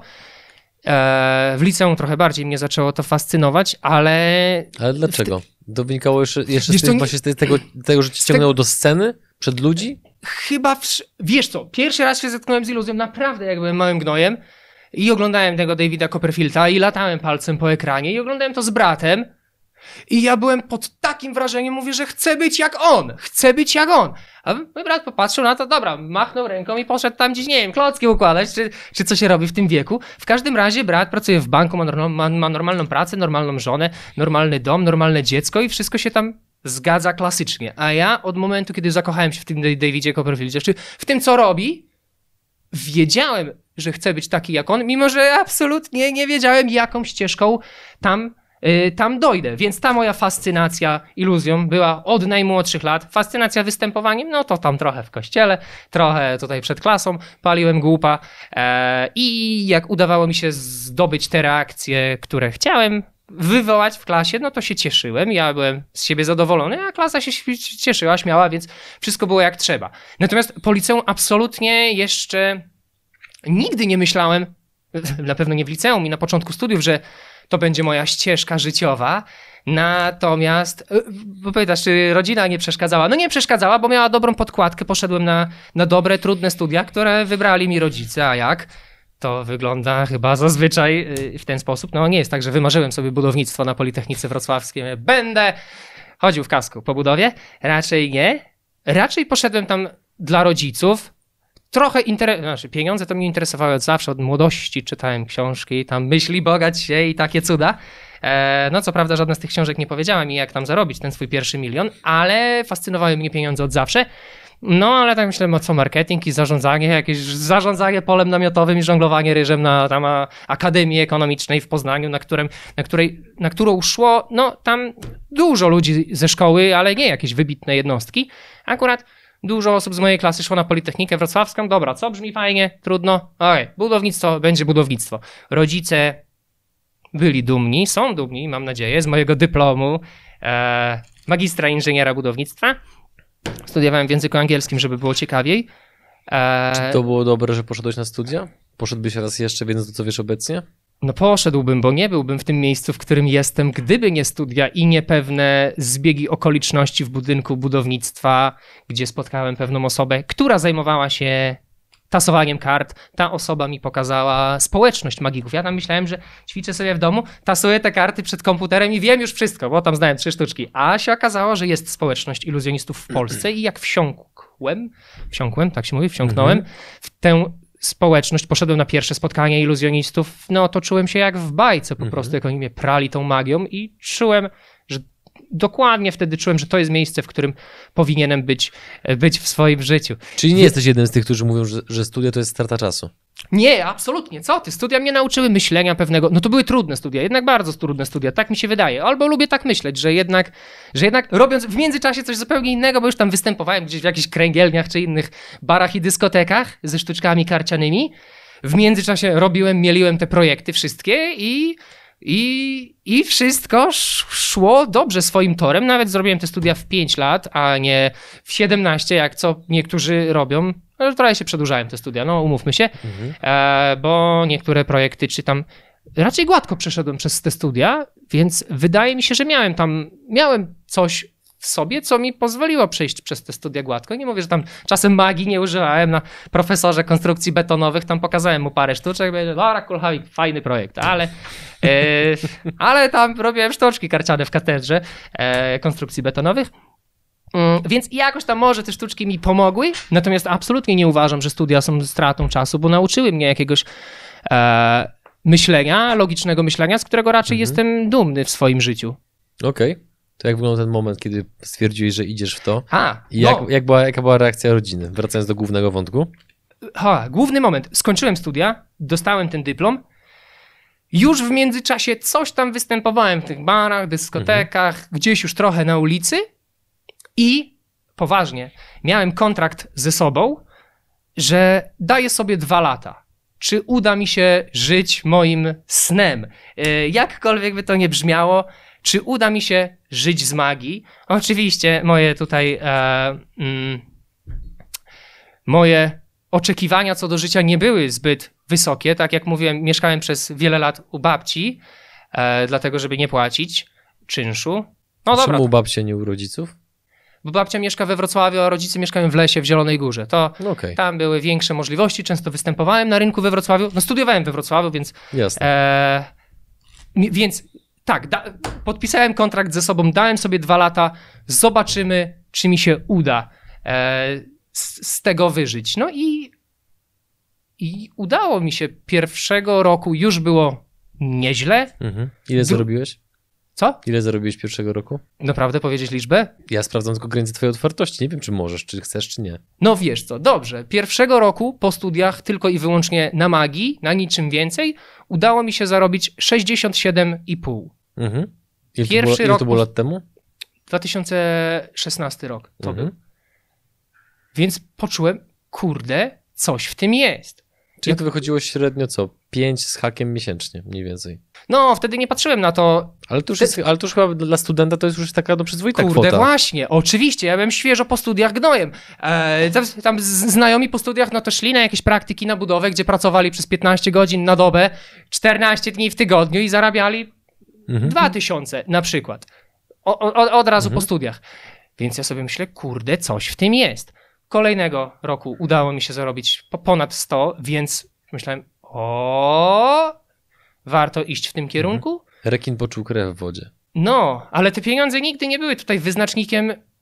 W liceum trochę bardziej mnie zaczęło to fascynować, ale... Ale dlaczego? To wynikało jeszcze, jeszcze z, tej, właśnie z tego, tego, że cię ciągnęło do sceny? Przed ludzi? Chyba, w... wiesz co, pierwszy raz się zetknąłem z iluzją naprawdę jak byłem małym gnojem i oglądałem tego Davida Copperfielda i latałem palcem po ekranie i oglądałem to z bratem i ja byłem pod takim wrażeniem, mówię, że chcę być jak on, chcę być jak on. A mój brat popatrzył na to, dobra, machnął ręką i poszedł tam gdzieś, nie wiem, klocki układać, czy, czy co się robi w tym wieku. W każdym razie brat pracuje w banku, ma, normal, ma, ma normalną pracę, normalną żonę, normalny dom, normalne dziecko i wszystko się tam zgadza klasycznie. A ja od momentu, kiedy zakochałem się w tym Davidzie Copperfieldzie, czy w tym, co robi, wiedziałem, że chcę być taki jak on, mimo że absolutnie nie wiedziałem, jaką ścieżką tam tam dojdę, więc ta moja fascynacja iluzją była od najmłodszych lat. Fascynacja występowaniem, no to tam trochę w kościele, trochę tutaj przed klasą paliłem głupa e, i jak udawało mi się zdobyć te reakcje, które chciałem wywołać w klasie, no to się cieszyłem, ja byłem z siebie zadowolony, a klasa się cieszyła, śmiała, więc wszystko było jak trzeba. Natomiast po liceum absolutnie jeszcze nigdy nie myślałem, na pewno nie w liceum i na początku studiów, że to będzie moja ścieżka życiowa. Natomiast, bo pytasz, czy rodzina nie przeszkadzała? No nie przeszkadzała, bo miała dobrą podkładkę. Poszedłem na, na dobre, trudne studia, które wybrali mi rodzice. A jak? To wygląda chyba zazwyczaj w ten sposób. No nie jest tak, że wymarzyłem sobie budownictwo na Politechnice Wrocławskiej. Będę chodził w kasku po budowie. Raczej nie. raczej poszedłem tam dla rodziców. Trochę inter... znaczy, pieniądze to mnie interesowały od zawsze, od młodości czytałem książki, tam Myśli bogać się i takie cuda. E, no co prawda żadna z tych książek nie powiedziała mi, jak tam zarobić ten swój pierwszy milion, ale fascynowały mnie pieniądze od zawsze. No ale tak myślałem, o co marketing i zarządzanie, jakieś zarządzanie polem namiotowym i żonglowanie ryżem na tam Akademii Ekonomicznej w Poznaniu, na, którym, na, której, na którą szło, no tam dużo ludzi ze szkoły, ale nie jakieś wybitne jednostki. Akurat dużo osób z mojej klasy szło na Politechnikę Wrocławską. Dobra, co brzmi fajnie, trudno. Okej, okay, budownictwo, będzie budownictwo. Rodzice byli dumni, są dumni, mam nadzieję, z mojego dyplomu e, magistra inżyniera budownictwa. Studiowałem w języku angielskim, żeby było ciekawiej. E, Czy to było dobre, że poszedłeś na studia? Poszedłbyś raz jeszcze, wiedząc to, co wiesz obecnie? No poszedłbym, bo nie byłbym w tym miejscu, w którym jestem, gdyby nie studia i nie pewne zbiegi okoliczności w budynku budownictwa, gdzie spotkałem pewną osobę, która zajmowała się tasowaniem kart. Ta osoba mi pokazała społeczność magików. Ja tam myślałem, że ćwiczę sobie w domu, tasuję te karty przed komputerem i wiem już wszystko, bo tam znałem trzy sztuczki. A się okazało, że jest społeczność iluzjonistów w Polsce i jak wsiąkłem, wsiąkłem, tak się mówi, wsiąknąłem mhm. w tę społeczność, poszedłem na pierwsze spotkanie iluzjonistów, no to czułem się jak w bajce po mhm. prostu, jak oni mnie prali tą magią i czułem, że dokładnie wtedy czułem, że to jest miejsce, w którym powinienem być, być w swoim życiu. Czyli nie jesteś jednym z tych, którzy mówią, że, że studia to jest strata czasu? Nie, absolutnie. Co ty? Studia mnie nauczyły myślenia pewnego. No to były trudne studia, jednak bardzo trudne studia, tak mi się wydaje. Albo lubię tak myśleć, że jednak, że jednak robiąc w międzyczasie coś zupełnie innego, bo już tam występowałem gdzieś w jakichś kręgielniach czy innych barach i dyskotekach ze sztuczkami karcianymi. W międzyczasie robiłem, mieliłem te projekty wszystkie i... I, I wszystko szło dobrze swoim torem. Nawet zrobiłem te studia w pięć lat, a nie w siedemnaście, jak co niektórzy robią. Ale trochę się przedłużałem te studia, no umówmy się, mhm. e, bo niektóre projekty czytam. Raczej gładko przeszedłem przez te studia, więc wydaje mi się, że miałem tam, miałem coś w sobie, co mi pozwoliło przejść przez te studia gładko. Nie mówię, że tam czasem magii nie używałem. Na profesorze konstrukcji betonowych tam pokazałem mu parę sztuczek, mówię, dobra, Kulchawik, fajny projekt, ale, e, ale tam robiłem sztuczki karciane w katedrze e, konstrukcji betonowych. Mm, więc jakoś tam może te sztuczki mi pomogły, natomiast absolutnie nie uważam, że studia są stratą czasu, bo nauczyły mnie jakiegoś e, myślenia, logicznego myślenia, z którego raczej mhm. jestem dumny w swoim życiu. Okej. Okay. To jak wyglądał ten moment, kiedy stwierdziłeś, że idziesz w to? A, I jak, no. jak była, jaka była reakcja rodziny? Wracając do głównego wątku. Ha, główny moment. Skończyłem studia, dostałem ten dyplom. Już w międzyczasie coś tam występowałem w tych barach, dyskotekach, mhm. gdzieś już trochę na ulicy i poważnie miałem kontrakt ze sobą, że daję sobie dwa lata. Czy uda mi się żyć moim snem? Jakkolwiek by to nie brzmiało, czy uda mi się żyć z magii? Oczywiście moje tutaj e, mm, moje oczekiwania co do życia nie były zbyt wysokie. Tak jak mówiłem, mieszkałem przez wiele lat u babci, e, dlatego żeby nie płacić czynszu. No dobra. Czemu u babci, nie u rodziców? Bo babcia mieszka we Wrocławiu, a rodzice mieszkają w lesie w Zielonej Górze. To okay. Tam były większe możliwości, często występowałem na rynku we Wrocławiu. No studiowałem we Wrocławiu, więc... Jasne. E, więc... Tak, da, podpisałem kontrakt ze sobą, dałem sobie dwa lata, zobaczymy, czy mi się uda e, z, z tego wyżyć. No i, i udało mi się. Pierwszego roku już było nieźle. Mhm. Ile du- zarobiłeś? Co? Ile zarobiłeś pierwszego roku? Naprawdę powiedzieć liczbę? Ja sprawdzam tylko granicę twojej otwartości. Nie wiem, czy możesz, czy chcesz, czy nie. No wiesz co, dobrze. Pierwszego roku po studiach tylko i wyłącznie na magii, na niczym więcej, udało mi się zarobić sześćdziesiąt siedem i pół. Mhm. Ile Pierwszy to było, ile rok... to było lat temu? dwa tysiące szesnasty rok to mhm. był. Więc poczułem, kurde, coś w tym jest. Czyli Jak... to wychodziło średnio co? pięć z hakiem miesięcznie, mniej więcej. No, wtedy nie patrzyłem na to. Ale to już, jest, ale to już chyba dla studenta to jest już taka no, przyzwoita Kurde, kwota. Kurde, właśnie, oczywiście, ja byłem świeżo po studiach gnojem. E, tam, tam znajomi po studiach no to szli na jakieś praktyki na budowę, gdzie pracowali przez piętnaście godzin na dobę, czternaście dni w tygodniu i zarabiali mhm. dwa tysiące na przykład. O, o, od razu mhm. po studiach. Więc ja sobie myślę, kurde, coś w tym jest. Kolejnego roku udało mi się zarobić po ponad sto, więc myślałem, o, warto iść w tym kierunku. Mhm. Rekin poczuł krew w wodzie. No, ale te pieniądze nigdy nie były tutaj wyznacznikiem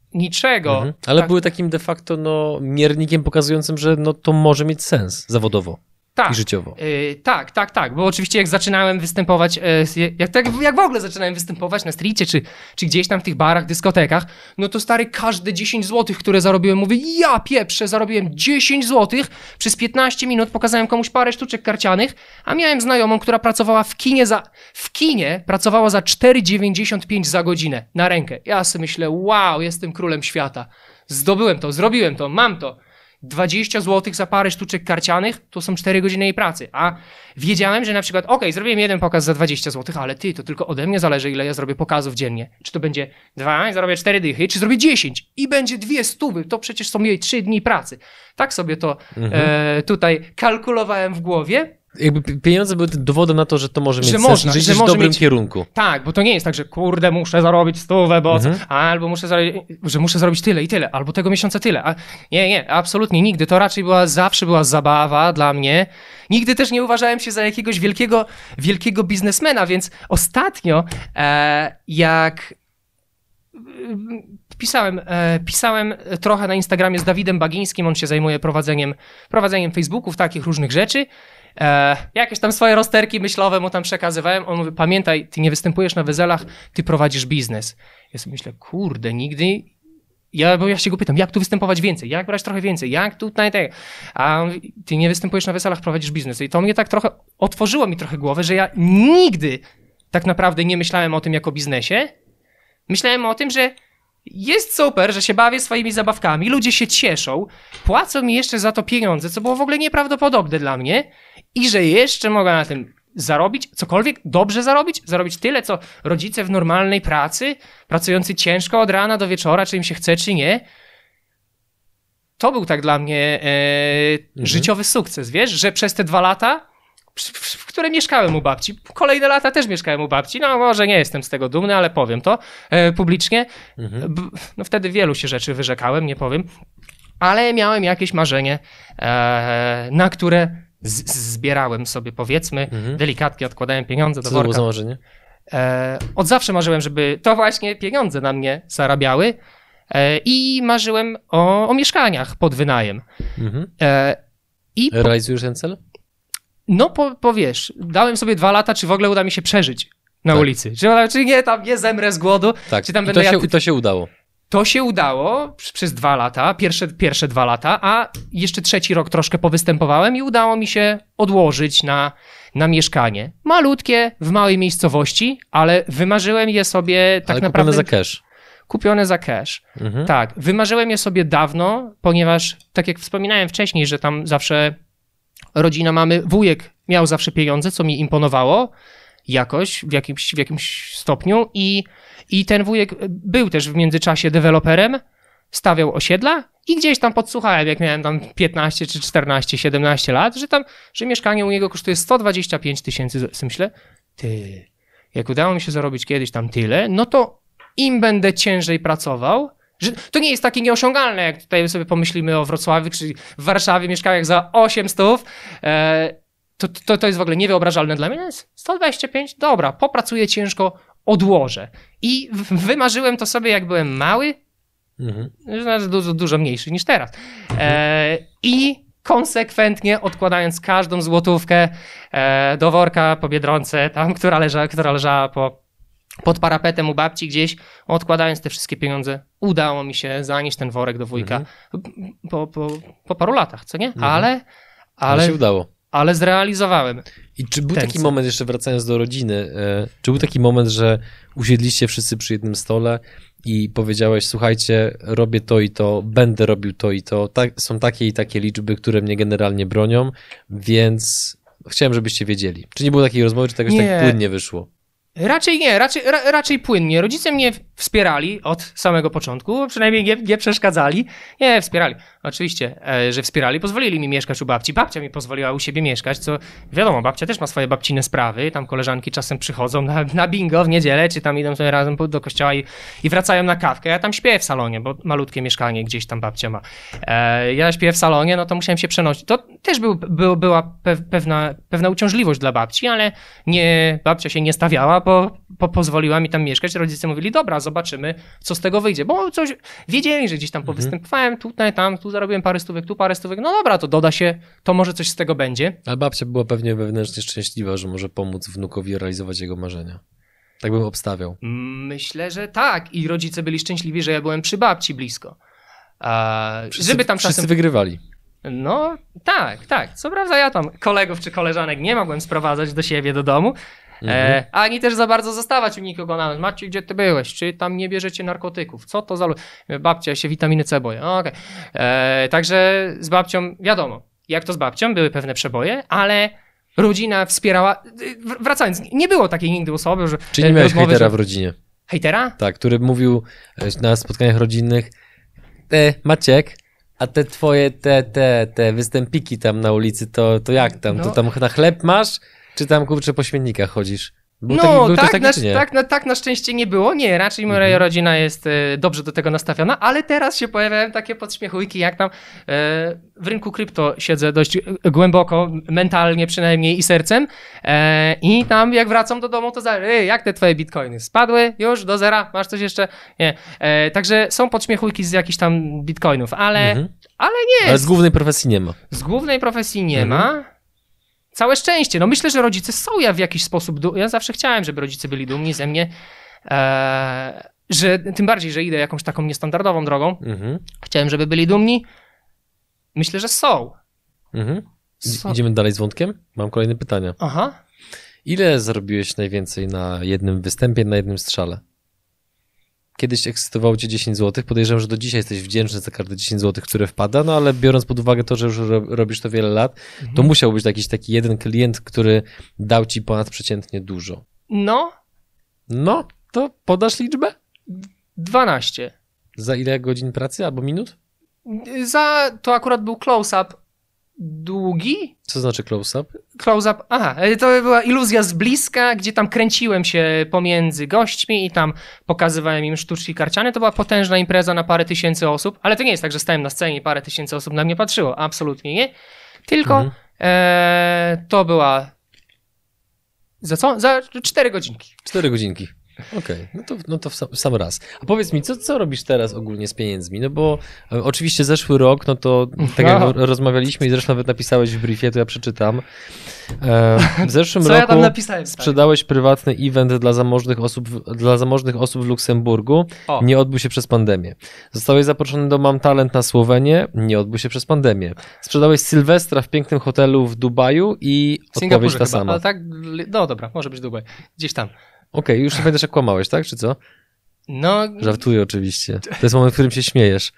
niczego. Mhm. Ale tak. były takim de facto no, miernikiem pokazującym, że no, to może mieć sens zawodowo. Tak, i życiowo. Yy, tak, tak, tak, bo oczywiście jak zaczynałem występować, yy, jak, tak, jak w ogóle zaczynałem występować na streetie, czy, czy gdzieś tam w tych barach, dyskotekach, no to stary, każde dziesięć złotych, które zarobiłem, mówię, ja pieprzę, zarobiłem dziesięć złotych, przez piętnaście minut pokazałem komuś parę sztuczek karcianych, a miałem znajomą, która pracowała w kinie za, w kinie pracowała za cztery dziewięćdziesiąt pięć za godzinę na rękę. Ja sobie myślę, wow, jestem królem świata, zdobyłem to, zrobiłem to, mam to. dwadzieścia złotych za parę sztuczek karcianych to są cztery godziny jej pracy, a wiedziałem, że na przykład okej, okay, zrobiłem jeden pokaz za dwadzieścia złotych, ale ty, to tylko ode mnie zależy, ile ja zrobię pokazów dziennie. Czy to będzie dwa i zarobię cztery dychy, czy zrobię dziesięć i będzie dwie stówy, to przecież są jej trzy dni pracy. Tak sobie to mhm. e, tutaj kalkulowałem w głowie. Jakby pieniądze były dowodem na to, że to może mieć że sens, można, że, że że w może dobrym mieć... kierunku. Tak, bo to nie jest tak, że kurde, muszę zarobić stówę, bo mhm. albo muszę zarobić, że muszę zrobić tyle i tyle, albo tego miesiąca tyle. A nie, nie, absolutnie nigdy. To raczej była, zawsze była zabawa dla mnie. Nigdy też nie uważałem się za jakiegoś wielkiego, wielkiego biznesmena, więc ostatnio e, jak pisałem, e, pisałem trochę na Instagramie z Dawidem Bagińskim, on się zajmuje prowadzeniem, prowadzeniem Facebooków, takich różnych rzeczy. E, jakieś tam swoje rozterki myślowe mu tam przekazywałem. On mówi, pamiętaj, ty nie występujesz na weselach, ty prowadzisz biznes. Ja sobie myślę, kurde, nigdy... Ja, bo ja się go pytam, jak tu występować więcej? Jak brać trochę więcej? Jak tutaj tego? A on mówi, ty nie występujesz na weselach, prowadzisz biznes. I to mnie tak trochę otworzyło mi trochę głowę, że ja nigdy tak naprawdę nie myślałem o tym jako biznesie. Myślałem o tym, że jest super, że się bawię swoimi zabawkami, ludzie się cieszą, płacą mi jeszcze za to pieniądze, co było w ogóle nieprawdopodobne dla mnie i że jeszcze mogę na tym zarobić, cokolwiek dobrze zarobić, zarobić tyle, co rodzice w normalnej pracy, pracujący ciężko od rana do wieczora, czy im się chce, czy nie. To był tak dla mnie e, mhm. życiowy sukces, wiesz, że przez te dwa lata, w które mieszkałem u babci. Kolejne lata też mieszkałem u babci. No może nie jestem z tego dumny, ale powiem to e, publicznie. Mhm. B, no wtedy wielu się rzeczy wyrzekałem, nie powiem. Ale miałem jakieś marzenie, e, na które z, zbierałem sobie, powiedzmy, mhm. delikatnie odkładałem pieniądze do Co worka. to było za marzenie? E, od zawsze marzyłem, żeby to właśnie pieniądze na mnie zarabiały e, i marzyłem o, o mieszkaniach pod wynajem. Mhm. E, i po... Realizujesz ten cel? No, po, po wiesz, dałem sobie dwa lata, czy w ogóle uda mi się przeżyć na tak. ulicy. Czy, czy nie, tam nie zemrę z głodu. Tak, czy tam I, będę to się, jadł... i to się udało. To się udało przez dwa lata, pierwsze, pierwsze dwa lata, a jeszcze trzeci rok troszkę powystępowałem i udało mi się odłożyć na, na mieszkanie. Malutkie, w małej miejscowości, ale wymarzyłem je sobie tak ale naprawdę... kupione za cash. Kupione za cash. Mhm. Tak, wymarzyłem je sobie dawno, ponieważ tak jak wspominałem wcześniej, że tam zawsze... Rodzina mamy, wujek miał zawsze pieniądze, co mi imponowało jakoś, w jakimś, w jakimś stopniu i, i ten wujek był też w międzyczasie deweloperem, stawiał osiedla i gdzieś tam podsłuchałem, jak miałem tam piętnaście czy czternaście, siedemnaście lat, że tam, że mieszkanie u niego kosztuje sto dwadzieścia pięć tysięcy. Myślę, ty, jak udało mi się zarobić kiedyś tam tyle, no to im będę ciężej pracował, że to nie jest takie nieosiągalne, jak tutaj sobie pomyślimy o Wrocławiu czy w Warszawie mieszkaniach za osiem stów. E, to, to, to jest w ogóle niewyobrażalne dla mnie. sto dwadzieścia pięć, dobra, popracuję ciężko, odłożę. I wymarzyłem to sobie, jak byłem mały, mhm. dużo, dużo mniejszy niż teraz. E, I konsekwentnie odkładając każdą złotówkę e, do worka po Biedronce, tam, która leżała, która leżała po pod parapetem u babci gdzieś, odkładając te wszystkie pieniądze, udało mi się zanieść ten worek do wujka mhm. po, po, po paru latach, co nie? Mhm. Ale, ale, ale się udało. Ale zrealizowałem. I czy był taki cel. moment, jeszcze wracając do rodziny, e, czy był taki moment, że usiedliście wszyscy przy jednym stole i powiedziałeś, słuchajcie, robię to i to, będę robił to i to, tak, są takie i takie liczby, które mnie generalnie bronią, więc chciałem, żebyście wiedzieli. Czy nie było takiej rozmowy, czy tak, tak płynnie wyszło? Raczej nie, raczej, ra, raczej płynnie. Rodzice mnie wspierali od samego początku, przynajmniej nie, nie przeszkadzali. Nie, wspierali. Oczywiście, e, że wspierali. Pozwolili mi mieszkać u babci. Babcia mi pozwoliła u siebie mieszkać, co wiadomo, babcia też ma swoje babcine sprawy. Tam koleżanki czasem przychodzą na, na bingo w niedzielę, czy tam idą sobie razem do kościoła i, i wracają na kawkę. Ja tam śpię w salonie, bo malutkie mieszkanie gdzieś tam babcia ma. E, ja śpię w salonie, no to musiałem się przenosić. To też był, był, była pewna, pewna uciążliwość dla babci, ale nie, babcia się nie stawiała, bo po, pozwoliła mi tam mieszkać. Rodzice mówili, dobra, zobaczymy, co z tego wyjdzie, bo coś wiedzieli, że gdzieś tam mhm. powystępowałem, tutaj, tam, tu zarobiłem parę stówek, tu parę stówek, no dobra, to doda się, to może coś z tego będzie. Ale babcia była pewnie wewnętrznie szczęśliwa, że może pomóc wnukowi realizować jego marzenia. Tak bym obstawiał. Myślę, że tak i rodzice byli szczęśliwi, że ja byłem przy babci blisko. A, wszyscy, żeby tam wszyscy czasem... wygrywali. No tak, tak. Co prawda ja tam kolegów czy koleżanek nie mogłem sprowadzać do siebie do domu, mhm. e, ani też za bardzo zostawać u nikogo na noc. Maciej, gdzie ty byłeś? Czy tam nie bierzecie narkotyków? Co to za... Babcia, ja się witaminy C boję. Okay. E, także z babcią, wiadomo, jak to z babcią, były pewne przeboje, ale rodzina wspierała... Wracając, nie było takiej nigdy osoby, że... Czy nie miałeś rozmowy, hejtera że... w rodzinie? Hejtera? Tak, który mówił na spotkaniach rodzinnych: e, Maciek, a te twoje te, te, te występiki tam na ulicy, to, to jak tam? No. To tam na chleb masz? Czy tam, kurczę, po śmietnikach chodzisz? Był no taki, był tak, taki, na, czy nie? tak, na, tak na szczęście nie było, nie, raczej moja mhm. rodzina jest e, dobrze do tego nastawiona, ale teraz się pojawiają takie podśmiechujki, jak tam e, w rynku krypto siedzę dość głęboko, mentalnie przynajmniej i sercem e, i tam jak wracam do domu, to za, e, jak te twoje bitcoiny spadły już do zera, masz coś jeszcze? Nie, e, także są podśmiechujki z jakichś tam bitcoinów, ale, mhm. ale nie. Ale z głównej profesji nie ma. Z głównej profesji nie mhm. ma. Całe szczęście. No myślę, że rodzice są ja w jakiś sposób dumni. Ja zawsze chciałem, żeby rodzice byli dumni ze mnie. Eee, że tym bardziej, że idę jakąś taką niestandardową drogą. Mhm. Chciałem, żeby byli dumni. Myślę, że są. Mhm. są. Idziemy dalej z wątkiem? Mam kolejne pytania. Aha. Ile zarobiłeś najwięcej na jednym występie, na jednym strzale? Kiedyś ekscytowało cię dziesięć złotych. Podejrzewam, że do dzisiaj jesteś wdzięczny za każde dziesięć złotych, które wpada, no ale biorąc pod uwagę to, że już robisz to wiele lat, mhm. to musiał być jakiś taki jeden klient, który dał ci ponadprzeciętnie dużo. No. No, to podasz liczbę? dwanaście. Za ile godzin pracy albo minut? Za, to akurat był close-up długi. Co znaczy close-up? Close-up, aha, to była iluzja z bliska, gdzie tam kręciłem się pomiędzy gośćmi i tam pokazywałem im sztuczki karciane. To była potężna impreza na parę tysięcy osób, ale to nie jest tak, że stałem na scenie i parę tysięcy osób na mnie patrzyło. Absolutnie nie. Tylko mhm. e, to była... Za co? Za cztery godzinki. Cztery godzinki. Okej, okay. no to, no to w sam, w sam raz. A powiedz mi, co, co robisz teraz ogólnie z pieniędzmi? No bo e, oczywiście zeszły rok, no to tak jak no. rozmawialiśmy i zresztą nawet napisałeś w briefie, to ja przeczytam. E, w zeszłym co roku ja tam napisałem, sprzedałeś prywatny event dla zamożnych osób, dla zamożnych osób w Luksemburgu. O. Nie odbył się przez pandemię. Zostałeś zaproszony do Mam Talent na Słowenię. Nie odbył się przez pandemię. Sprzedałeś Sylwestra w pięknym hotelu w Dubaju i odpowiedź ta chyba, sama. Ale tak, no dobra, może być Dubaj. Gdzieś tam. Okej, okay, już nie pamiętasz jak kłamałeś, tak? Czy co? No... Żartuję oczywiście. To jest moment, w którym się śmiejesz.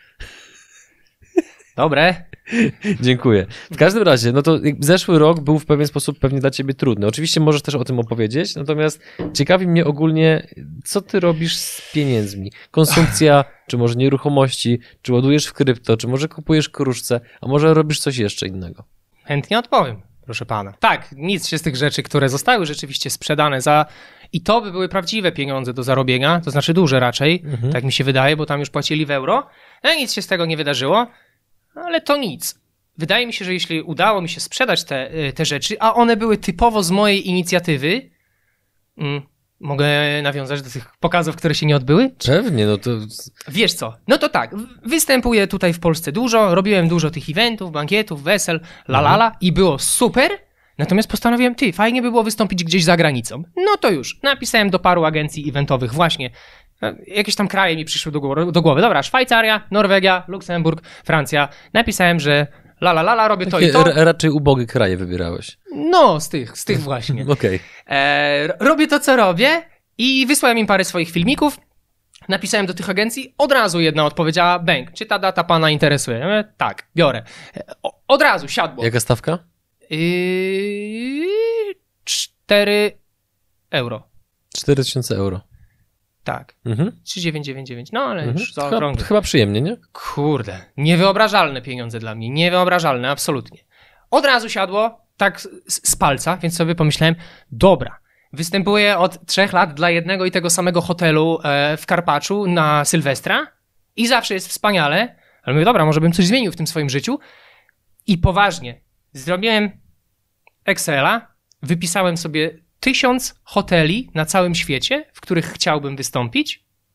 Dobre. Dziękuję. W każdym razie, no to zeszły rok był w pewien sposób pewnie dla ciebie trudny. Oczywiście możesz też o tym opowiedzieć, natomiast ciekawi mnie ogólnie, co ty robisz z pieniędzmi? Konsumpcja, czy może nieruchomości, czy ładujesz w krypto, czy może kupujesz kruszce, a może robisz coś jeszcze innego? Chętnie odpowiem. Proszę pana. Tak, nic się z tych rzeczy, które zostały rzeczywiście sprzedane za... I to by były prawdziwe pieniądze do zarobienia, to znaczy duże raczej, mhm. tak mi się wydaje, bo tam już płacili w euro. No nic się z tego nie wydarzyło, ale to nic. Wydaje mi się, że jeśli udało mi się sprzedać te, te rzeczy, a one były typowo z mojej inicjatywy, mm, mogę nawiązać do tych pokazów, które się nie odbyły? Pewnie, no to... Wiesz co, no to tak, występuję tutaj w Polsce dużo, robiłem dużo tych eventów, bankietów, wesel, lalala mhm. i było super, natomiast postanowiłem, ty, fajnie by było wystąpić gdzieś za granicą. No to już, napisałem do paru agencji eventowych właśnie, jakieś tam kraje mi przyszły do głowy, do głowy. Dobra, Szwajcaria, Norwegia, Luksemburg, Francja, napisałem, że la la la, la robię Takie to i to. R- raczej ubogie kraje wybierałeś. No, z tych, z tych właśnie. Okej. Okay. E, robię to, co robię i wysłałem im parę swoich filmików. Napisałem do tych agencji, od razu jedna odpowiedziała, bęk, czy ta data pana interesuje? Ja mówię, tak, biorę. O, od razu, siadło. Jaka stawka? Yy, cztery euro. cztery tysiące euro. Tak. Mhm. trzy tysiące dziewięćset dziewięćdziesiąt dziewięć. No ale mhm. już zaokrągłe. Chyba, chyba przyjemnie, nie? Kurde. Niewyobrażalne pieniądze dla mnie. Niewyobrażalne, absolutnie. Od razu siadło, tak z, z palca, więc sobie pomyślałem, dobra, występuję od trzech lat dla jednego i tego samego hotelu e, w Karpaczu na Sylwestra i zawsze jest wspaniale, ale mówię, dobra, może bym coś zmienił w tym swoim życiu i poważnie zrobiłem Excela, wypisałem sobie tysiąc hoteli na całym świecie, w których chciałbym wystąpić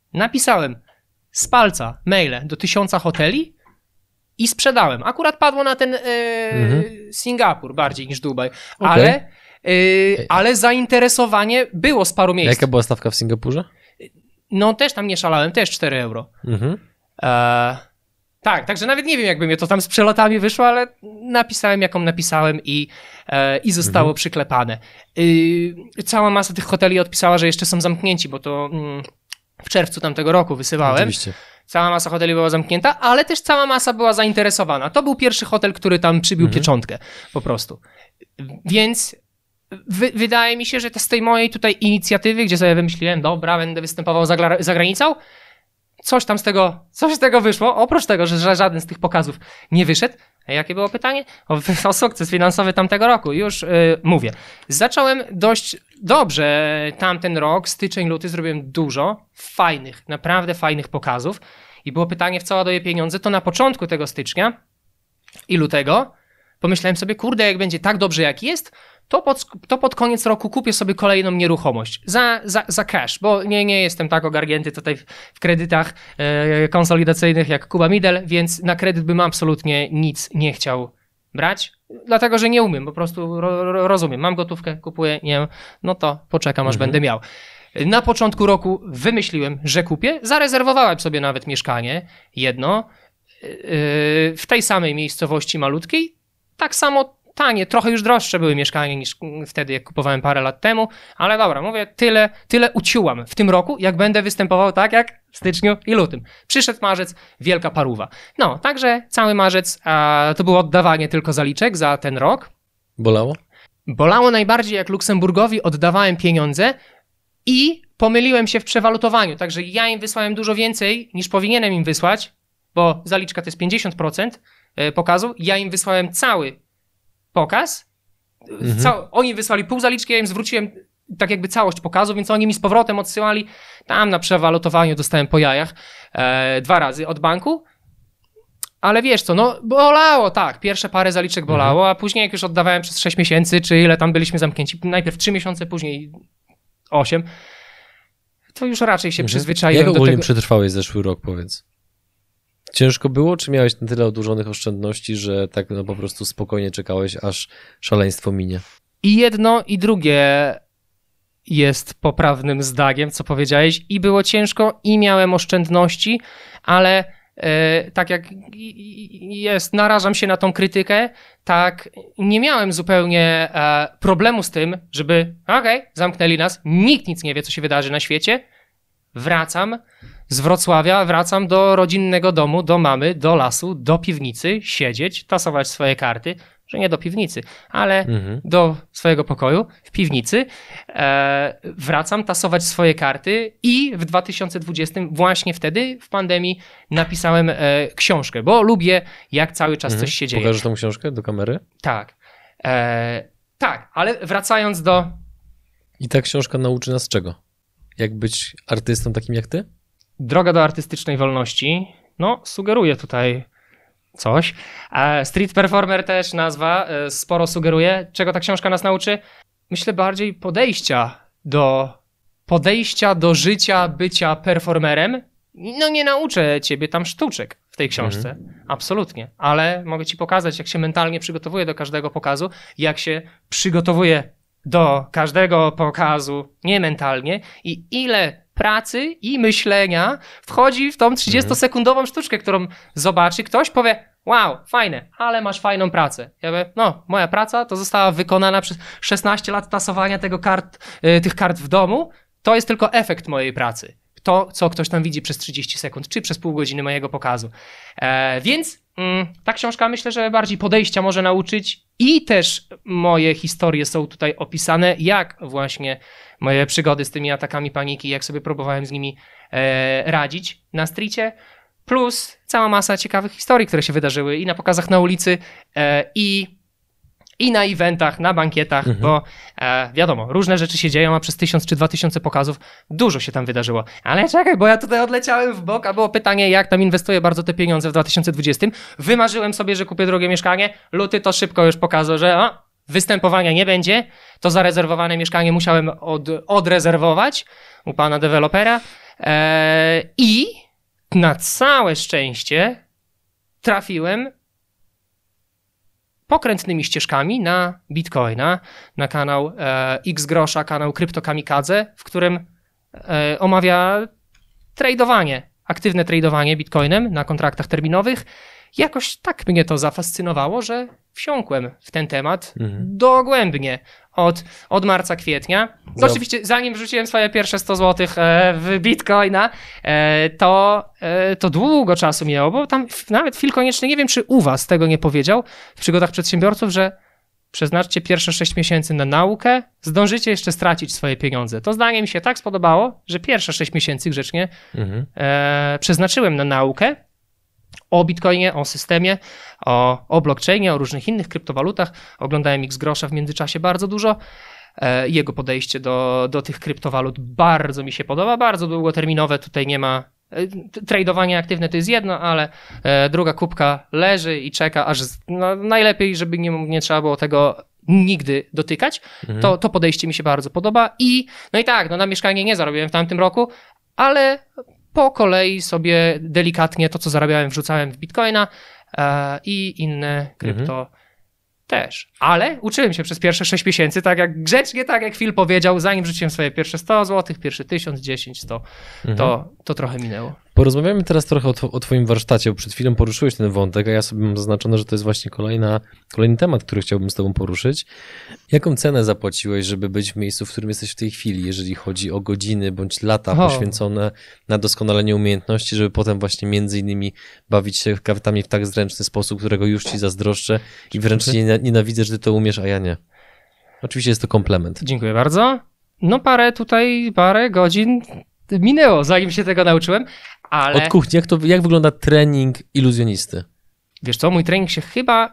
napisałem z palca maile do tysiąca hoteli i sprzedałem. Akurat padło na ten e, mhm. Singapur bardziej niż Dubaj, okay. ale, e, ale zainteresowanie było z paru miejsc. Jaka była stawka w Singapurze? No też tam nie szalałem, też cztery euro. Mhm. E, tak, także nawet nie wiem, jakby mnie to tam z przelotami wyszło, ale napisałem, jaką napisałem i, e, i zostało mhm. przyklepane. E, cała masa tych hoteli odpisała, że jeszcze są zamknięci, bo to mm, w czerwcu tamtego roku wysyłałem. Oczywiście. Cała masa hoteli była zamknięta, ale też cała masa była zainteresowana. To był pierwszy hotel, który tam przybił mhm. pieczątkę po prostu. Więc wy, wydaje mi się, że to z tej mojej tutaj inicjatywy, gdzie sobie wymyśliłem, dobra, będę występował za, za granicą, coś tam z tego, coś z tego wyszło, oprócz tego, że żaden z tych pokazów nie wyszedł. A jakie było pytanie? O, o sukces finansowy tamtego roku. Już yy, mówię. Zacząłem dość dobrze tamten rok, styczeń, luty, zrobiłem dużo fajnych, naprawdę fajnych pokazów i było pytanie, w co ładuję pieniądze, to na początku tego stycznia i lutego pomyślałem sobie, kurde, jak będzie tak dobrze jak jest, to pod, to pod koniec roku kupię sobie kolejną nieruchomość za, za, za cash, bo nie, nie jestem tak ogarnięty tutaj w, w kredytach e, konsolidacyjnych jak Kuba Midel, więc na kredyt bym absolutnie nic nie chciał brać, dlatego, że nie umiem, po prostu ro, ro, rozumiem, mam gotówkę, kupuję, nie, no to poczekam, aż mhm. będę miał. Na początku roku wymyśliłem, że kupię, zarezerwowałem sobie nawet mieszkanie, jedno, yy, w tej samej miejscowości malutkiej, tak samo tanie, trochę już droższe były mieszkania niż wtedy, jak kupowałem parę lat temu, ale dobra, mówię, tyle, tyle uciułam w tym roku, jak będę występował tak jak w styczniu i lutym. Przyszedł marzec, wielka paruwa. No, także cały marzec a, to było oddawanie tylko zaliczek za ten rok. Bolało? Bolało najbardziej, jak Luksemburgowi oddawałem pieniądze i pomyliłem się w przewalutowaniu, także ja im wysłałem dużo więcej niż powinienem im wysłać, bo zaliczka to jest pięćdziesiąt procent pokazu, ja im wysłałem cały pokaz, mhm. Cał- oni wysłali pół zaliczki, ja im zwróciłem tak jakby całość pokazu, więc oni mi z powrotem odsyłali, tam na przewalutowaniu dostałem po jajach e, dwa razy od banku, ale wiesz co, no bolało, tak, pierwsze parę zaliczek bolało, mhm. a później jak już oddawałem przez sześć miesięcy, czy ile tam byliśmy zamknięci, najpierw trzy miesiące, później osiem, to już raczej się mhm. przyzwyczaiłem Jak do ogólnie tego. przetrwałeś zeszły rok, powiedz? Ciężko było, czy miałeś na tyle odłożonych oszczędności, że tak no po prostu spokojnie czekałeś, aż szaleństwo minie? I jedno, i drugie jest poprawnym zdaniem, co powiedziałeś. I było ciężko, i miałem oszczędności, ale e, tak jak jest, narażam się na tą krytykę, tak nie miałem zupełnie e, problemu z tym, żeby okej, okay, zamknęli nas, nikt nic nie wie, co się wydarzy na świecie, wracam z Wrocławia, wracam do rodzinnego domu, do mamy, do lasu, do piwnicy, siedzieć, tasować swoje karty, że nie do piwnicy, ale mhm. do swojego pokoju w piwnicy. E, wracam, tasować swoje karty i w dwa tysiące dwudziestym, właśnie wtedy w pandemii, napisałem e, książkę, bo lubię, jak cały czas mhm. coś się dzieje. Pokażesz tą książkę do kamery? Tak. E, tak, ale wracając do... I ta książka nauczy nas czego? Jak być artystą takim jak ty? Droga do artystycznej wolności, no sugeruje tutaj coś. Street Performer też nazwa sporo sugeruje. Czego ta książka nas nauczy? Myślę bardziej podejścia do podejścia do życia, bycia performerem. No nie nauczę ciebie tam sztuczek w tej książce, mhm. absolutnie, ale mogę ci pokazać, jak się mentalnie przygotowuję do każdego pokazu, jak się przygotowuję do każdego pokazu nie mentalnie i ile pracy i myślenia wchodzi w tą trzydziestosekundową sztuczkę, którą zobaczy ktoś, powie, wow, fajne, ale masz fajną pracę. Ja mówię, no, moja praca to została wykonana przez szesnaście lat tasowania tego kart, yy, tych kart w domu, to jest tylko efekt mojej pracy. To, co ktoś tam widzi przez trzydzieści sekund, czy przez pół godziny mojego pokazu. E, więc mm, ta książka myślę, że bardziej podejścia może nauczyć i też moje historie są tutaj opisane, jak właśnie moje przygody z tymi atakami paniki, jak sobie próbowałem z nimi e, radzić na streetie, plus cała masa ciekawych historii, które się wydarzyły i na pokazach na ulicy, e, i i na eventach, na bankietach, mhm. bo e, wiadomo, różne rzeczy się dzieją, a przez tysiąc czy dwa tysiące pokazów dużo się tam wydarzyło. Ale czekaj, bo ja tutaj odleciałem w bok, a było pytanie, jak tam inwestuję bardzo te pieniądze w dwa tysiące dwudziestym. Wymarzyłem sobie, że kupię drogie mieszkanie. Luty to szybko już pokazał, że o, występowania nie będzie. To zarezerwowane mieszkanie musiałem od, odrezerwować u pana dewelopera. E, I na całe szczęście trafiłem pokrętnymi ścieżkami na Bitcoina, na kanał e, X Grosza, kanał Krypto Kamikadze, w którym e, omawia tradowanie, aktywne tradowanie Bitcoinem na kontraktach terminowych. Jakoś tak mnie to zafascynowało, że wsiąkłem w ten temat mhm. dogłębnie od, od marca, kwietnia. No Za... oczywiście zanim wrzuciłem swoje pierwsze sto złotych w Bitcoina, to, to długo czasu minęło, bo tam nawet Phil Konieczny, nie wiem czy u was tego nie powiedział w przygodach przedsiębiorców, że przeznaczcie pierwsze sześć miesięcy na naukę, zdążycie jeszcze stracić swoje pieniądze. To zdanie mi się tak spodobało, że pierwsze sześć miesięcy grzecznie mhm. e, przeznaczyłem na naukę o Bitcoinie, o systemie, o, o blockchainie, o różnych innych kryptowalutach. Oglądałem X Grosza w międzyczasie bardzo dużo. E, jego podejście do, do tych kryptowalut bardzo mi się podoba, bardzo długoterminowe, tutaj nie ma. E, tradowanie aktywne to jest jedno, ale e, druga kubka leży i czeka, aż no, najlepiej, żeby nie, nie trzeba było tego nigdy dotykać. Mhm. To, to podejście mi się bardzo podoba i no i tak, no na mieszkanie nie zarobiłem w tamtym roku, ale po kolei sobie delikatnie to, co zarabiałem, wrzucałem w Bitcoina e, i inne krypto mhm. też. Ale uczyłem się przez pierwsze sześć miesięcy, tak jak grzecznie, tak jak Phil powiedział, zanim wrzuciłem swoje pierwsze sto złotych, pierwsze tysiąc, dziesięć, sto, mhm. to, to trochę minęło. Porozmawiamy teraz trochę o, tw- o twoim warsztacie, bo przed chwilą poruszyłeś ten wątek, a ja sobie mam zaznaczone, że to jest właśnie kolejna, kolejny temat, który chciałbym z tobą poruszyć. Jaką cenę zapłaciłeś, żeby być w miejscu, w którym jesteś w tej chwili, jeżeli chodzi o godziny bądź lata o. poświęcone na doskonalenie umiejętności, żeby potem właśnie między innymi bawić się kartami w tak zręczny sposób, którego już ci zazdroszczę i wręcz nie, nienawidzę, że ty to umiesz, a ja nie. Oczywiście jest to komplement. Dziękuję bardzo. No parę tutaj, parę godzin minęło, zanim się tego nauczyłem, ale... Od kuchni, jak, to, jak wygląda trening iluzjonisty? Wiesz co, mój trening się chyba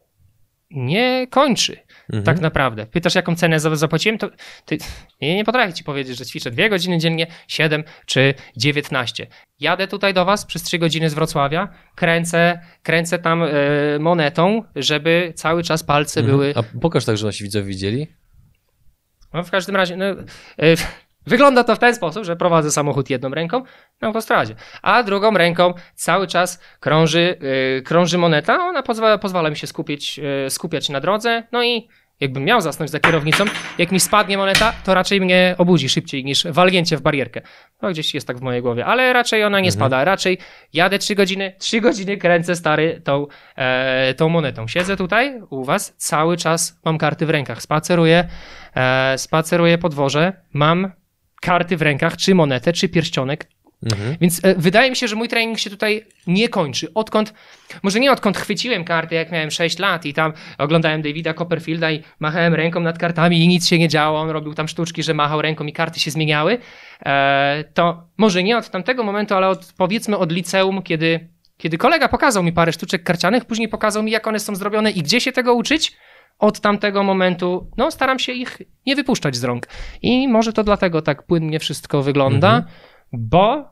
nie kończy, mhm. tak naprawdę. Pytasz, jaką cenę zapłaciłem, to, to nie, nie potrafię ci powiedzieć, że ćwiczę dwie godziny dziennie, siedem czy dziewiętnaście. Jadę tutaj do was przez trzy godziny z Wrocławia, kręcę, kręcę tam y, monetą, żeby cały czas palce mhm. były... A pokaż tak, że nasi widzowie widzieli. No w każdym razie... No, y, Wygląda to w ten sposób, że prowadzę samochód jedną ręką na autostradzie, a drugą ręką cały czas krąży, yy, krąży moneta. Ona pozwala, pozwala mi się skupić, yy, skupiać na drodze. No i jakbym miał zasnąć za kierownicą, jak mi spadnie moneta, to raczej mnie obudzi szybciej niż walnięcie w barierkę. No gdzieś jest tak w mojej głowie, ale raczej ona nie mhm. spada. Raczej jadę trzy godziny, trzy godziny kręcę stary tą, e, tą monetą. Siedzę tutaj u was, cały czas mam karty w rękach. Spaceruję, e, spaceruję po dworze, mam karty w rękach, czy monetę, czy pierścionek. Mhm. Więc e, wydaje mi się, że mój trening się tutaj nie kończy. Odkąd, może nie odkąd chwyciłem karty, jak miałem sześć lat i tam oglądałem Davida Copperfielda i machałem ręką nad kartami i nic się nie działo. On robił tam sztuczki, że machał ręką i karty się zmieniały. E, to może nie od tamtego momentu, ale od, powiedzmy od liceum, kiedy, kiedy kolega pokazał mi parę sztuczek karcianych, później pokazał mi, jak one są zrobione i gdzie się tego uczyć. Od tamtego momentu, no staram się ich nie wypuszczać z rąk. I może to dlatego tak płynnie wszystko wygląda, mhm. bo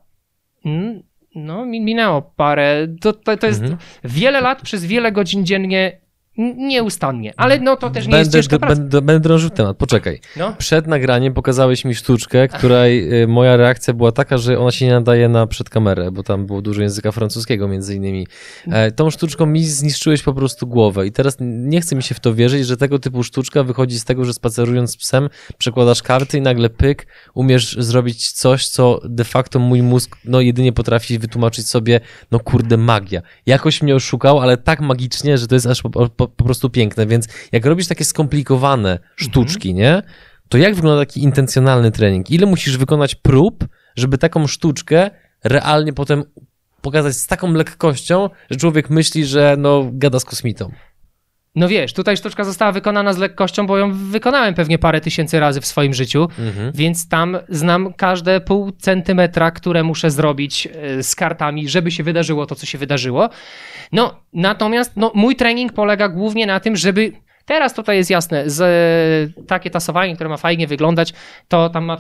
no minęło parę, to, to, to jest mhm. wiele lat przez wiele godzin dziennie nieustannie, ale no to też nie będę, jest ciężka praca. Będę, będę drążył temat, poczekaj. No. Przed nagraniem pokazałeś mi sztuczkę, której moja reakcja była taka, że ona się nie nadaje na przed kamerę, bo tam było dużo języka francuskiego między innymi. E, tą sztuczką mi zniszczyłeś po prostu głowę i teraz nie chce mi się w to wierzyć, że tego typu sztuczka wychodzi z tego, że spacerując z psem przekładasz karty i nagle pyk, umiesz zrobić coś, co de facto mój mózg no jedynie potrafi wytłumaczyć sobie, no kurde magia. Jakoś mnie oszukał, ale tak magicznie, że to jest aż po, po, po prostu piękne, więc jak robisz takie skomplikowane sztuczki, mhm. nie? To jak wygląda taki intencjonalny trening? Ile musisz wykonać prób, żeby taką sztuczkę realnie potem pokazać z taką lekkością, że człowiek myśli, że no gada z kosmitą? No wiesz, tutaj sztuczka została wykonana z lekkością, bo ją wykonałem pewnie parę tysięcy razy w swoim życiu, mhm. więc tam znam każde pół centymetra, które muszę zrobić z kartami, żeby się wydarzyło to, co się wydarzyło. No, natomiast no, mój trening polega głównie na tym, żeby... Teraz tutaj jest jasne, z takie tasowanie, które ma fajnie wyglądać, to tam ma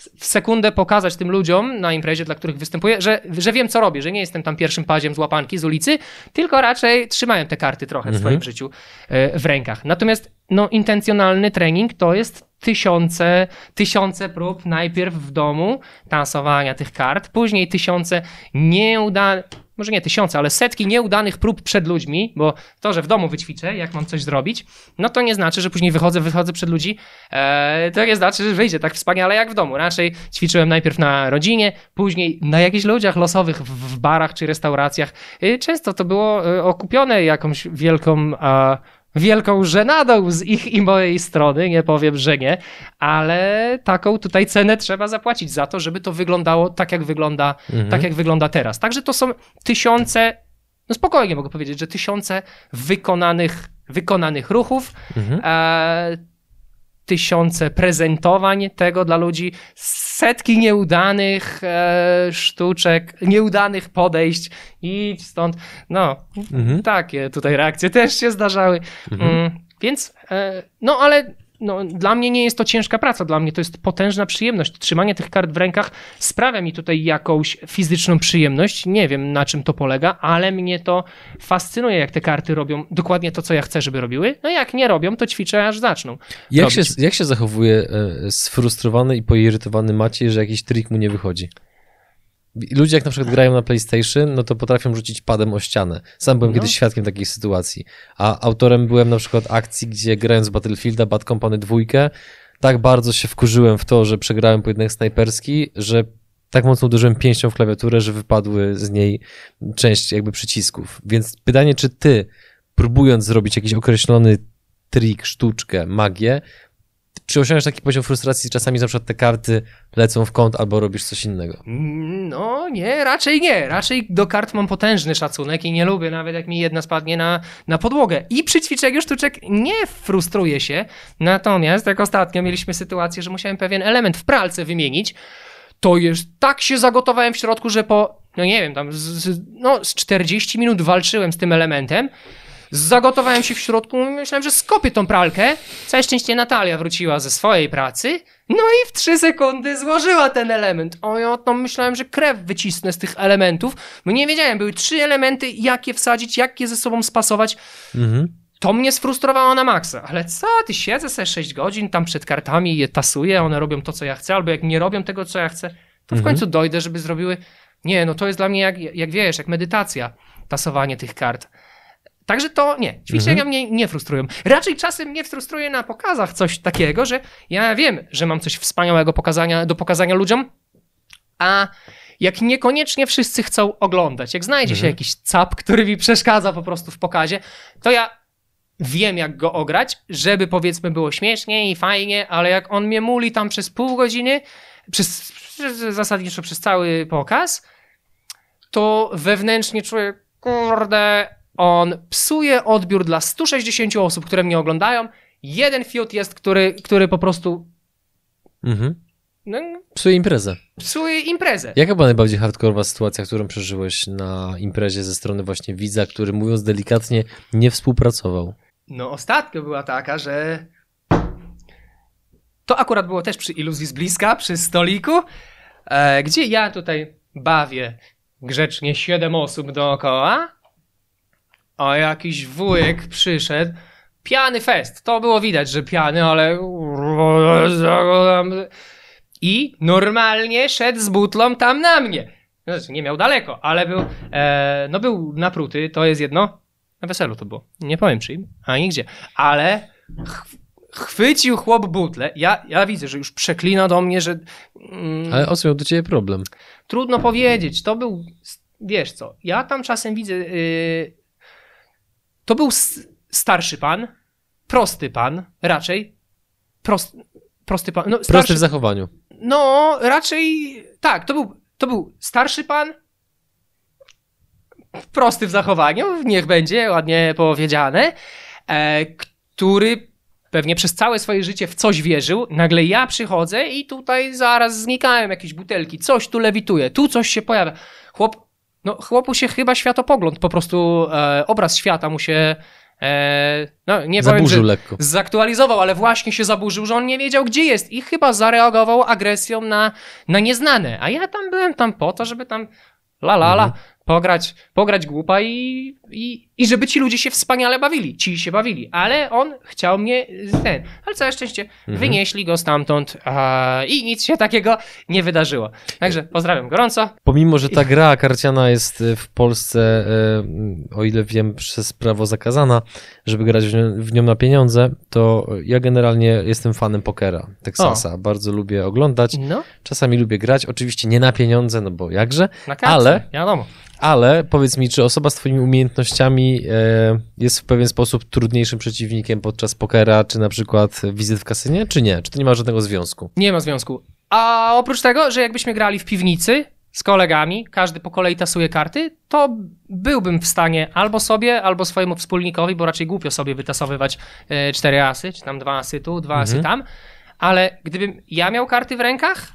w sekundę pokazać tym ludziom na imprezie, dla których występuję, że, że wiem, co robię, że nie jestem tam pierwszym paziem z łapanki, z ulicy, tylko raczej trzymają te karty trochę w mhm. swoim życiu e, w rękach. Natomiast no, intencjonalny trening to jest tysiące, tysiące prób najpierw w domu tasowania tych kart, później tysiące nieudanych, może nie tysiące, ale setki nieudanych prób przed ludźmi, bo to, że w domu wyćwiczę, jak mam coś zrobić, no to nie znaczy, że później wychodzę, wychodzę przed ludzi, e, to nie znaczy, że wyjdzie tak wspaniale jak w domu. Raczej ćwiczyłem najpierw na rodzinie, później na jakichś ludziach losowych w, w barach czy restauracjach. E, często to było e, okupione jakąś wielką... E, wielką żenadą z ich i mojej strony, nie powiem, że nie, ale taką tutaj cenę trzeba zapłacić za to, żeby to wyglądało tak, jak wygląda, mhm. tak, jak wygląda teraz. Także to są tysiące, no spokojnie mogę powiedzieć, że tysiące wykonanych, wykonanych ruchów, mhm. e, tysiące prezentowań tego dla ludzi, setki nieudanych e, sztuczek, nieudanych podejść i stąd, no, mhm. takie tutaj reakcje też się zdarzały. Mhm. Mm, więc, e, no ale no, dla mnie nie jest to ciężka praca, dla mnie to jest potężna przyjemność. Trzymanie tych kart w rękach sprawia mi tutaj jakąś fizyczną przyjemność. Nie wiem, na czym to polega, ale mnie to fascynuje, jak te karty robią dokładnie to, co ja chcę, żeby robiły. No jak nie robią, to ćwiczę, aż zaczną. Jak się, jak się zachowuje sfrustrowany i poirytowany Maciej, że jakiś trik mu nie wychodzi? Ludzie jak na przykład grają na PlayStation, no to potrafią rzucić padem o ścianę. Sam byłem no. kiedyś świadkiem takiej sytuacji. A autorem byłem na przykład akcji, gdzie grając w Battlefielda, Bad Company dwa, tak bardzo się wkurzyłem w to, że przegrałem pojedynek snajperski, że tak mocno uderzyłem pięścią w klawiaturę, że wypadły z niej część jakby przycisków. Więc pytanie, czy ty, próbując zrobić jakiś określony trik, sztuczkę, magię, czy osiągasz taki poziom frustracji, czasami na przykład te karty lecą w kąt albo robisz coś innego? No nie, raczej nie. Raczej do kart mam potężny szacunek i nie lubię nawet jak mi jedna spadnie na, na podłogę. I przy ćwiczeniu sztuczek nie frustruję się. Natomiast jak ostatnio mieliśmy sytuację, że musiałem pewien element w pralce wymienić, to już tak się zagotowałem w środku, że po, no nie wiem, tam z, z, no, z czterdzieści minut walczyłem z tym elementem. Zagotowałem się w środku, myślałem, że skopię tą pralkę. Całe szczęście Natalia wróciła ze swojej pracy, no i w trzy sekundy złożyła ten element. O ja to myślałem, że krew wycisnę z tych elementów, bo nie wiedziałem, były trzy elementy, jak je wsadzić, jak je ze sobą spasować. Mhm. To mnie sfrustrowało na maksa. Ale co, ty siedzę sobie sześć godzin tam przed kartami i je tasuję, one robią to, co ja chcę, albo jak nie robią tego, co ja chcę, to w mhm. końcu dojdę, żeby zrobiły... Nie, no to jest dla mnie jak, jak wiesz, jak medytacja, tasowanie tych kart. Także to nie, ćwiczenia mhm. mnie nie frustrują. Raczej czasem mnie frustruje na pokazach coś takiego, że ja wiem, że mam coś wspaniałego pokazania, do pokazania ludziom, a jak niekoniecznie wszyscy chcą oglądać, jak znajdzie mhm. się jakiś cap, który mi przeszkadza po prostu w pokazie, to ja wiem, jak go ograć, żeby powiedzmy było śmiesznie i fajnie, ale jak on mnie muli tam przez pół godziny, przez, przez zasadniczo przez cały pokaz, to wewnętrznie czuję, kurde... On psuje odbiór dla stu sześćdziesięciu osób, które mnie oglądają. Jeden fiut jest, który, który po prostu... Mhm. No, psuje imprezę. Psuje imprezę. Jaka była najbardziej hardkorowa sytuacja, którą przeżyłeś na imprezie ze strony właśnie widza, który, mówiąc delikatnie, nie współpracował? No ostatnio była taka, że... To akurat było też przy iluzji z bliska, przy stoliku, e, gdzie ja tutaj bawię grzecznie siedem osób dookoła, a jakiś wujek przyszedł, pijany fest, to było widać, że pijany, ale i normalnie szedł z butlą tam na mnie. Znaczy nie miał daleko, ale był, e, no był napruty, to jest jedno, na weselu to było, nie powiem czyim, ani gdzie, ale ch- chwycił chłop butlę, ja, ja widzę, że już przeklina do mnie, że... Mm, ale o co miał do ciebie problem? Trudno powiedzieć, to był, wiesz co, ja tam czasem widzę... Yy, To był starszy pan, prosty pan, raczej. Prost, prosty pan. No, starszy, prosty w zachowaniu. No, raczej tak, to był, to był starszy pan, prosty w zachowaniu, niech będzie ładnie powiedziane, e, który pewnie przez całe swoje życie w coś wierzył. Nagle ja przychodzę i tutaj zaraz znikają jakieś butelki, coś tu lewituje, tu coś się pojawia. Chłop No chłopu się chyba światopogląd, po prostu e, obraz świata mu się e, no nie zaburzył powiem, że lekko. zaktualizował, ale właśnie się zaburzył, że on nie wiedział, gdzie jest i chyba zareagował agresją na, na nieznane. A ja tam byłem tam po to, żeby tam la la la, mhm. pograć, pograć głupa i, i, i żeby ci ludzie się wspaniale bawili. Ci się bawili, ale on chciał mnie ten. Ale całe szczęście mhm. wynieśli go stamtąd a, i nic się takiego nie wydarzyło. Także pozdrawiam gorąco. Pomimo, że ta gra karciana jest w Polsce, o ile wiem, przez prawo zakazana, żeby grać w nią, w nią na pieniądze, to ja generalnie jestem fanem pokera Texasa. O. Bardzo lubię oglądać. No. Czasami lubię grać. Oczywiście nie na pieniądze, no bo jakże, na kartce, ale wiadomo. Ale powiedz mi, czy osoba z twoimi umiejętnościami e, jest w pewien sposób trudniejszym przeciwnikiem podczas pokera, czy na przykład wizyt w kasynie, czy nie? Czy to nie ma żadnego związku? Nie ma związku. A oprócz tego, że jakbyśmy grali w piwnicy z kolegami, każdy po kolei tasuje karty, to byłbym w stanie albo sobie, albo swojemu wspólnikowi, bo raczej głupio sobie wytasowywać e, cztery asy, czy tam dwa asy tu, dwa asy Mhm. tam, ale gdybym ja miał karty w rękach,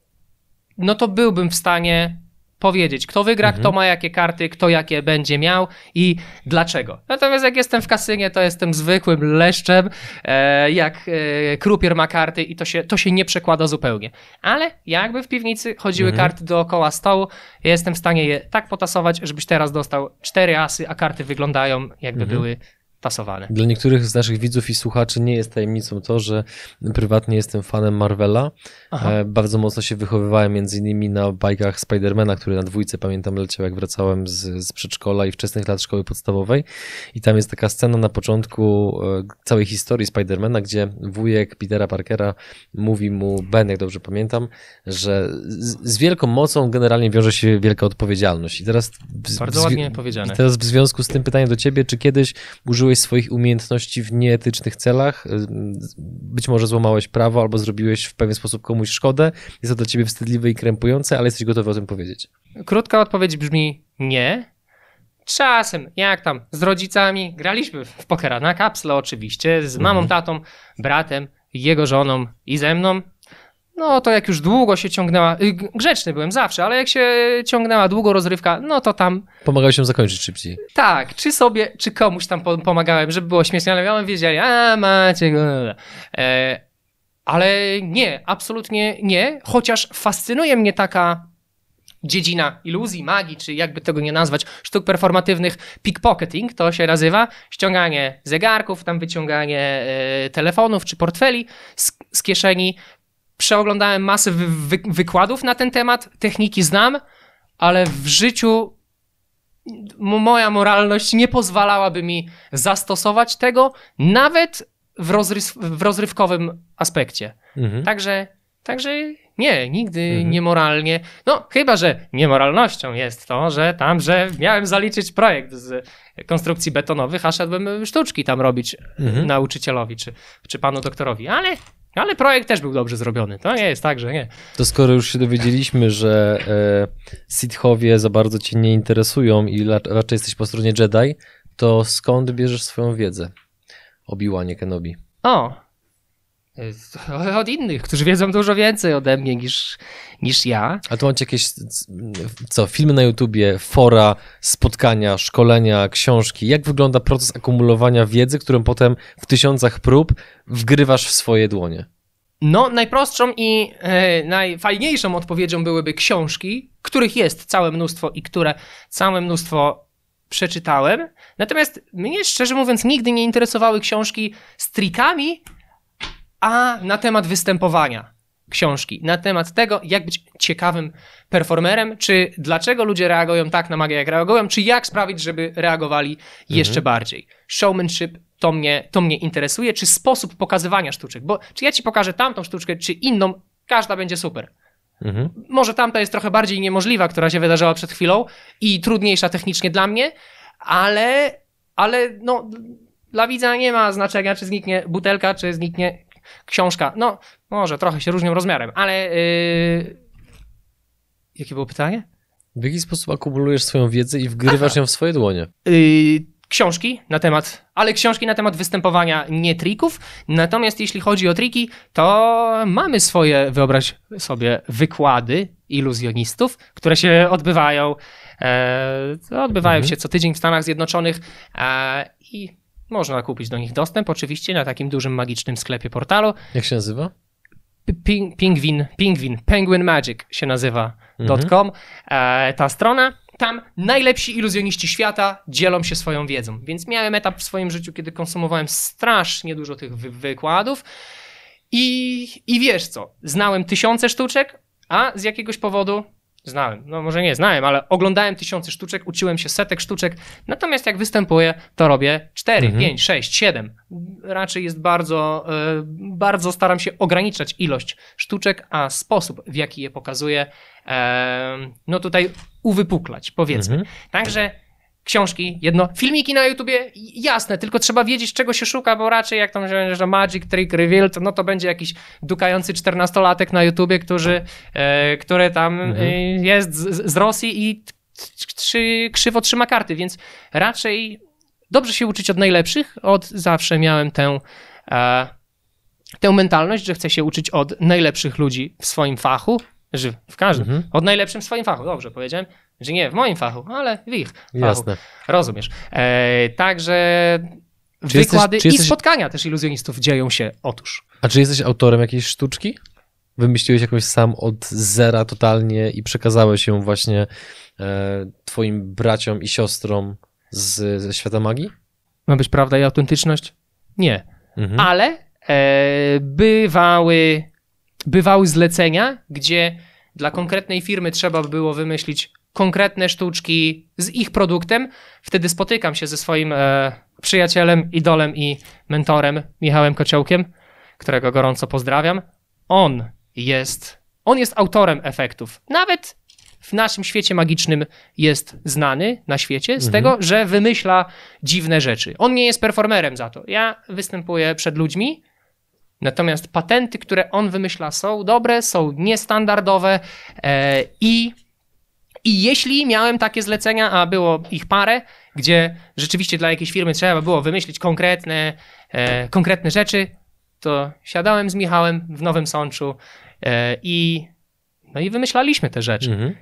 no to byłbym w stanie powiedzieć, kto wygra, mhm. kto ma jakie karty, kto jakie będzie miał i dlaczego. Natomiast jak jestem w kasynie, to jestem zwykłym leszczem, e, jak e, krupier ma karty i to się, to się nie przekłada zupełnie. Ale jakby w piwnicy chodziły mhm. karty dookoła stołu, ja jestem w stanie je tak potasować, żebyś teraz dostał cztery asy, a karty wyglądają jakby mhm. były tasowane. Dla niektórych z naszych widzów i słuchaczy nie jest tajemnicą to, że prywatnie jestem fanem Marvela. E, bardzo mocno się wychowywałem między innymi na bajkach Spidermana, który na dwójce, pamiętam, leciał jak wracałem z, z przedszkola i wczesnych lat szkoły podstawowej. I tam jest taka scena na początku e, całej historii Spidermana, gdzie wujek Petera Parkera mówi mu, Ben, jak dobrze pamiętam, że z, z wielką mocą generalnie wiąże się wielka odpowiedzialność. I teraz w, bardzo w, ładnie powiedziane. I teraz w związku z tym pytanie do ciebie, czy kiedyś użyłeś swoich umiejętności w nieetycznych celach, być może złamałeś prawo albo zrobiłeś w pewien sposób komuś szkodę, jest to dla ciebie wstydliwe i krępujące, ale jesteś gotowy o tym powiedzieć. Krótka odpowiedź brzmi nie. Czasem, jak tam, z rodzicami graliśmy w pokera na kapsle oczywiście, z mamą, mhm. tatą, bratem, jego żoną i ze mną. No to jak już długo się ciągnęła, grzeczny byłem zawsze, ale jak się ciągnęła długo rozrywka, no to tam... Pomagałeś się zakończyć szybciej. Tak, czy sobie, czy komuś tam pomagałem, żeby było śmiesznie, ale miałem wiedzieli, a macie... E, ale nie, absolutnie nie, chociaż fascynuje mnie taka dziedzina iluzji, magii, czy jakby tego nie nazwać, sztuk performatywnych, pickpocketing to się nazywa, ściąganie zegarków, tam wyciąganie e, telefonów czy portfeli z, z kieszeni. Przeoglądałem masę wy, wy, wykładów na ten temat, techniki znam, ale w życiu moja moralność nie pozwalałaby mi zastosować tego, nawet w, rozryw, w rozrywkowym aspekcie. Mhm. Także, także nie, nigdy mhm. niemoralnie. No, chyba że niemoralnością jest to, że tam, że miałem zaliczyć projekt z konstrukcji betonowych, a szedłem sztuczki tam robić mhm. nauczycielowi czy, czy panu doktorowi, ale... Ale projekt też był dobrze zrobiony. To nie jest tak, że nie. To skoro już się dowiedzieliśmy, że e, Sithowie za bardzo cię nie interesują i la, raczej jesteś po stronie Jedi, to skąd bierzesz swoją wiedzę o Obi-Wanie Kenobi? O, od innych, którzy wiedzą dużo więcej ode mnie niż, niż ja. A tu macie jakieś, co, filmy na YouTubie, fora, spotkania, szkolenia, książki. Jak wygląda proces akumulowania wiedzy, którą potem w tysiącach prób wgrywasz w swoje dłonie? No, najprostszą i e, najfajniejszą odpowiedzią byłyby książki, których jest całe mnóstwo i które całe mnóstwo przeczytałem. Natomiast mnie, szczerze mówiąc, nigdy nie interesowały książki z trikami, a na temat występowania książki, na temat tego, jak być ciekawym performerem, czy dlaczego ludzie reagują tak na magię, jak reagują, czy jak sprawić, żeby reagowali jeszcze mhm. bardziej. Showmanship to mnie, to mnie interesuje, czy sposób pokazywania sztuczek, bo czy ja ci pokażę tamtą sztuczkę, czy inną, każda będzie super. Mhm. Może tamta jest trochę bardziej niemożliwa, która się wydarzyła przed chwilą i trudniejsza technicznie dla mnie, ale, ale no, dla widza nie ma znaczenia, czy zniknie butelka, czy zniknie książka. No, może trochę się różnią rozmiarem, ale yy... jakie było pytanie? W jaki sposób akumulujesz swoją wiedzę i wgrywasz Aha. ją w swoje dłonie? Yy, książki na temat, ale książki na temat występowania, nie trików. Natomiast jeśli chodzi o triki, to mamy swoje, wyobraź sobie, wykłady iluzjonistów, które się odbywają, e, odbywają mhm. się co tydzień w Stanach Zjednoczonych e, i Można kupić do nich dostęp, oczywiście, na takim dużym, magicznym sklepie portalu. Jak się nazywa? Ping, pingwin, pingwin, Penguin Magic się nazywa mhm. .com. E, ta strona, tam najlepsi iluzjoniści świata dzielą się swoją wiedzą. Więc miałem etap w swoim życiu, kiedy konsumowałem strasznie dużo tych wy- wykładów i, i wiesz co, znałem tysiące sztuczek, a z jakiegoś powodu znałem, no może nie znałem, ale oglądałem tysiące sztuczek, uczyłem się setek sztuczek, natomiast jak występuję, to robię cztery, mhm. pięć, sześć, siedem. Raczej jest bardzo, y, bardzo staram się ograniczać ilość sztuczek, a sposób, w jaki je pokazuję, y, no tutaj uwypuklać, powiedzmy. Mhm. Także książki, jedno, filmiki na YouTubie, jasne, tylko trzeba wiedzieć, czego się szuka, bo raczej jak tam że, że Magic Trick Reveal, to no to będzie jakiś dukający czternastolatek na YouTubie, który, e, który tam mhm. e, jest z, z Rosji i trzy, krzywo trzyma karty, więc raczej dobrze się uczyć od najlepszych. Od zawsze miałem tę, e, tę mentalność, że chcę się uczyć od najlepszych ludzi w swoim fachu, że w każdym, mhm. od najlepszym w swoim fachu, dobrze powiedziałem, że nie w moim fachu, ale w ich fachu. Jasne. Rozumiesz. E, także czy wykłady jesteś, czy i jesteś... spotkania też iluzjonistów dzieją się otóż. A czy jesteś autorem jakiejś sztuczki? Wymyśliłeś jakoś sam od zera totalnie i przekazałeś ją właśnie e, twoim braciom i siostrom z, ze świata magii? Ma być prawda i autentyczność? Nie. Mhm. Ale e, bywały, bywały zlecenia, gdzie dla konkretnej firmy trzeba było wymyślić konkretne sztuczki z ich produktem. Wtedy spotykam się ze swoim e, przyjacielem, idolem i mentorem Michałem Kociołkiem, którego gorąco pozdrawiam. On jest, on jest autorem efektów. Nawet w naszym świecie magicznym jest znany na świecie z mhm. tego, że wymyśla dziwne rzeczy. On nie jest performerem za to. Ja występuję przed ludźmi, natomiast patenty, które on wymyśla, są dobre, są niestandardowe e, i, i jeśli miałem takie zlecenia, a było ich parę, gdzie rzeczywiście dla jakiejś firmy trzeba było wymyślić konkretne, e, konkretne rzeczy, to siadałem z Michałem w Nowym Sączu e, i, no i wymyślaliśmy te rzeczy. Mhm.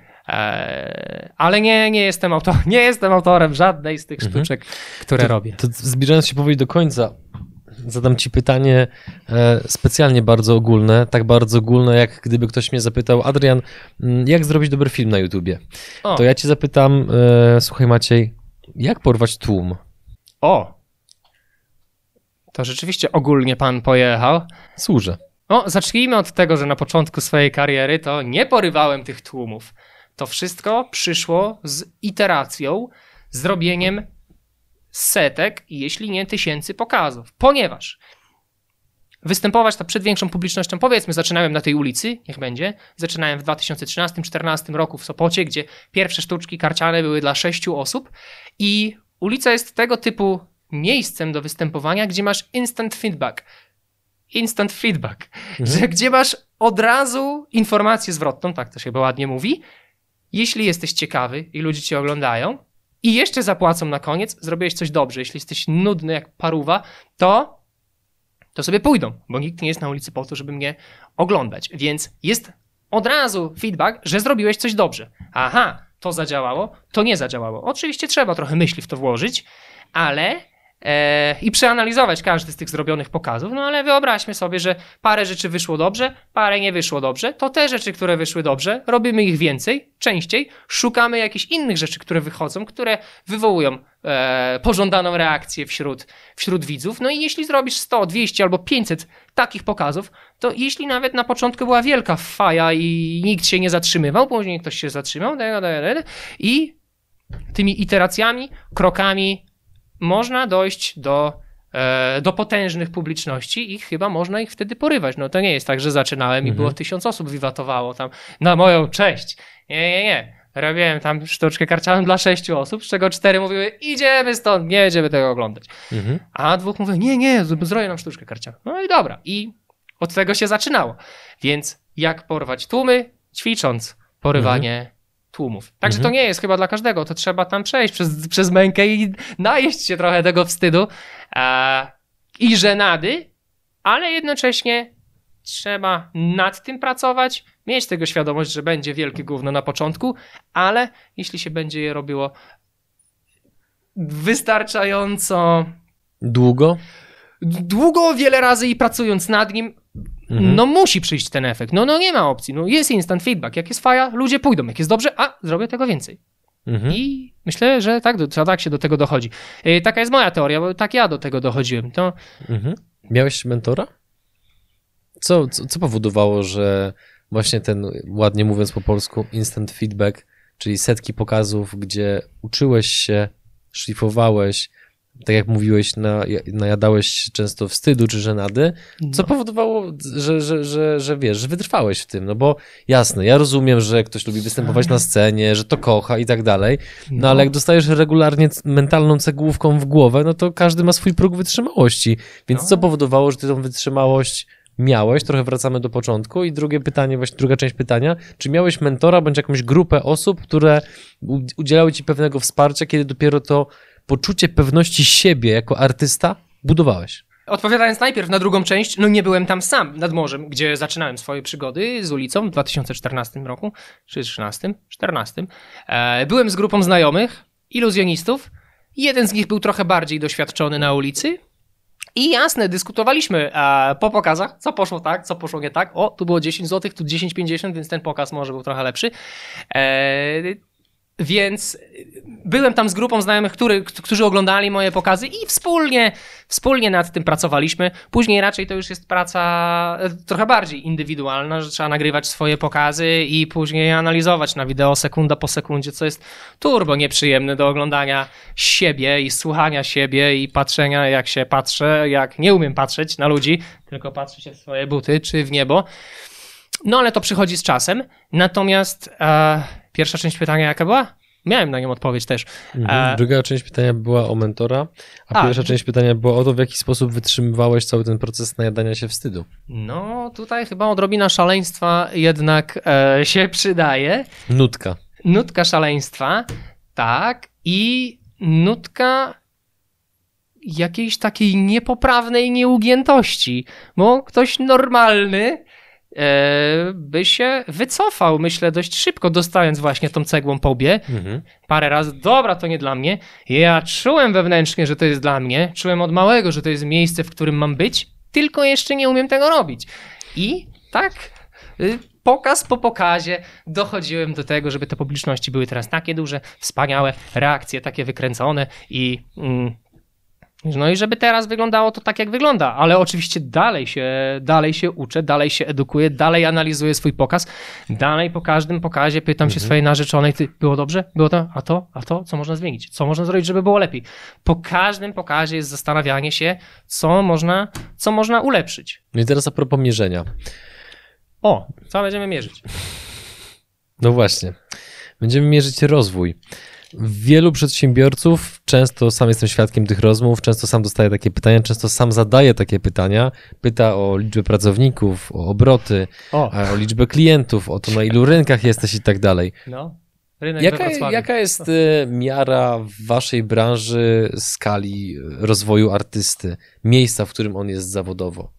E, ale nie, nie, jestem autor, nie jestem autorem żadnej z tych mhm. sztuczek, które to, robię. To zbliżając się powoli do końca, zadam ci pytanie e, specjalnie bardzo ogólne, tak bardzo ogólne, jak gdyby ktoś mnie zapytał: Adrian, jak zrobić dobry film na YouTubie? O. To ja cię zapytam, e, słuchaj Maciej, jak porwać tłum? O! To rzeczywiście ogólnie pan pojechał. Służę. No, zacznijmy od tego, że na początku swojej kariery to nie porywałem tych tłumów. To wszystko przyszło z iteracją, z robieniem setek, jeśli nie tysięcy pokazów. Ponieważ występować to przed większą publicznością, powiedzmy, zaczynałem na tej ulicy, niech będzie, zaczynałem w dwa tysiące trzynastym czternastym roku w Sopocie, gdzie pierwsze sztuczki karciane były dla sześciu osób i ulica jest tego typu miejscem do występowania, gdzie masz instant feedback. Instant feedback, mhm. że gdzie masz od razu informację zwrotną, tak to się chyba ładnie mówi, jeśli jesteś ciekawy i ludzie cię oglądają i jeszcze zapłacą na koniec, zrobiłeś coś dobrze. Jeśli jesteś nudny jak paruwa, to, to sobie pójdą, bo nikt nie jest na ulicy po to, żeby mnie oglądać. Więc jest od razu feedback, że zrobiłeś coś dobrze. Aha, to zadziałało, to nie zadziałało. Oczywiście trzeba trochę myśli w to włożyć, ale e, i przeanalizować każdy z tych zrobionych pokazów, no ale wyobraźmy sobie, że parę rzeczy wyszło dobrze, parę nie wyszło dobrze, to te rzeczy, które wyszły dobrze, robimy ich więcej, częściej, szukamy jakichś innych rzeczy, które wychodzą, które wywołują e, pożądaną reakcję wśród, wśród widzów, no i jeśli zrobisz sto, dwieście albo pięćset takich pokazów, to jeśli nawet na początku była wielka faja i nikt się nie zatrzymywał, później ktoś się zatrzymał i tymi iteracjami, krokami można dojść do, e, do potężnych publiczności i chyba można ich wtedy porywać. No to nie jest tak, że zaczynałem mhm. i było tysiąc osób wiwatowało tam na moją cześć. Nie, nie, nie. Robiłem tam sztuczkę karcianą dla sześciu osób, z czego cztery mówiły: idziemy stąd, nie będziemy tego oglądać. Mhm. A dwóch mówiło: nie, nie, zrobię nam sztuczkę karcianą. No i dobra. I od tego się zaczynało. Więc jak porwać tłumy? Ćwicząc porywanie mhm. tłumów. Także mhm. to nie jest chyba dla każdego, to trzeba tam przejść przez, przez mękę i najeść się trochę tego wstydu e, i żenady, ale jednocześnie trzeba nad tym pracować, mieć tego świadomość, że będzie wielkie gówno na początku, ale jeśli się będzie je robiło wystarczająco Długo? Długo, wiele razy i pracując nad nim, mhm. no musi przyjść ten efekt. No, no nie ma opcji. No jest instant feedback. Jak jest faja, ludzie pójdą. Jak jest dobrze, a zrobię tego więcej. Mhm. I myślę, że tak, do, tak się do tego dochodzi. Yy, taka jest moja teoria, bo tak ja do tego dochodziłem. To... Mhm. Miałeś mentora? Co, co, co powodowało, że właśnie ten, ładnie mówiąc po polsku, instant feedback, czyli setki pokazów, gdzie uczyłeś się, szlifowałeś, tak jak mówiłeś, na, najadałeś często wstydu czy żenady, co no. powodowało, że, że, że, że wiesz, że wytrwałeś w tym, no bo jasne, ja rozumiem, że ktoś lubi występować na scenie, że to kocha i tak dalej, no, no ale jak dostajesz regularnie mentalną cegłówką w głowę, no to każdy ma swój próg wytrzymałości, więc no. co powodowało, że ty tą wytrzymałość miałeś? Trochę wracamy do początku. I drugie pytanie, właśnie druga część pytania, czy miałeś mentora bądź jakąś grupę osób, które udzielały ci pewnego wsparcia, kiedy dopiero to poczucie pewności siebie jako artysta budowałeś? Odpowiadając najpierw na drugą część, no nie byłem tam sam nad morzem, gdzie zaczynałem swoje przygody z ulicą w dwa tysiące czternastym roku, czy trzynastym, czternastym. E, byłem z grupą znajomych, iluzjonistów. Jeden z nich był trochę bardziej doświadczony na ulicy. I jasne, dyskutowaliśmy e, po pokazach, co poszło tak, co poszło nie tak. O, tu było dziesięć złotych, tu dziesięć pięćdziesiąt, więc ten pokaz może był trochę lepszy. E, więc byłem tam z grupą znajomych, który, którzy oglądali moje pokazy i wspólnie, wspólnie nad tym pracowaliśmy. Później raczej to już jest praca trochę bardziej indywidualna, że trzeba nagrywać swoje pokazy i później analizować na wideo sekunda po sekundzie, co jest turbo nieprzyjemne do oglądania siebie i słuchania siebie i patrzenia, jak się patrzę, jak nie umiem patrzeć na ludzi, tylko patrzę się w swoje buty czy w niebo. No ale to przychodzi z czasem. Natomiast e, pierwsza część pytania jaka była? Miałem na nią odpowiedź też. Mhm. Druga część pytania była o mentora, a, a pierwsza część pytania była o to, w jaki sposób wytrzymywałeś cały ten proces najadania się wstydu. No tutaj chyba odrobina szaleństwa jednak e, się przydaje. Nutka. Nutka szaleństwa, tak. I nutka jakiejś takiej niepoprawnej nieugiętości, bo ktoś normalny by się wycofał, myślę, dość szybko, dostając właśnie tą cegłą po łbie. Mhm. Parę razy, dobra, to nie dla mnie. Ja czułem wewnętrznie, że to jest dla mnie. Czułem od małego, że to jest miejsce, w którym mam być, tylko jeszcze nie umiem tego robić. I tak, pokaz po pokazie dochodziłem do tego, żeby te publiczności były teraz takie duże, wspaniałe, reakcje takie wykręcone i... Mm, No i żeby teraz wyglądało to tak, jak wygląda, ale oczywiście dalej się, dalej się uczę, dalej się edukuję, dalej analizuję swój pokaz, dalej po każdym pokazie pytam mhm. się swojej narzeczonej, ty, było dobrze? Było to? A to? A to? Co można zmienić? Co można zrobić, żeby było lepiej? Po każdym pokazie jest zastanawianie się, co można, co można ulepszyć. No i teraz a propos mierzenia. O, co będziemy mierzyć? No właśnie, będziemy mierzyć rozwój. Wielu przedsiębiorców, często sam jestem świadkiem tych rozmów, często sam dostaję takie pytania, często sam zadaję takie pytania, pyta o liczbę pracowników, o obroty, o, o liczbę klientów, o to na ilu rynkach jesteś i tak dalej. No, rynek jaka, jaka jest y, miara w waszej branży skali rozwoju artysty, miejsca, w którym on jest zawodowo?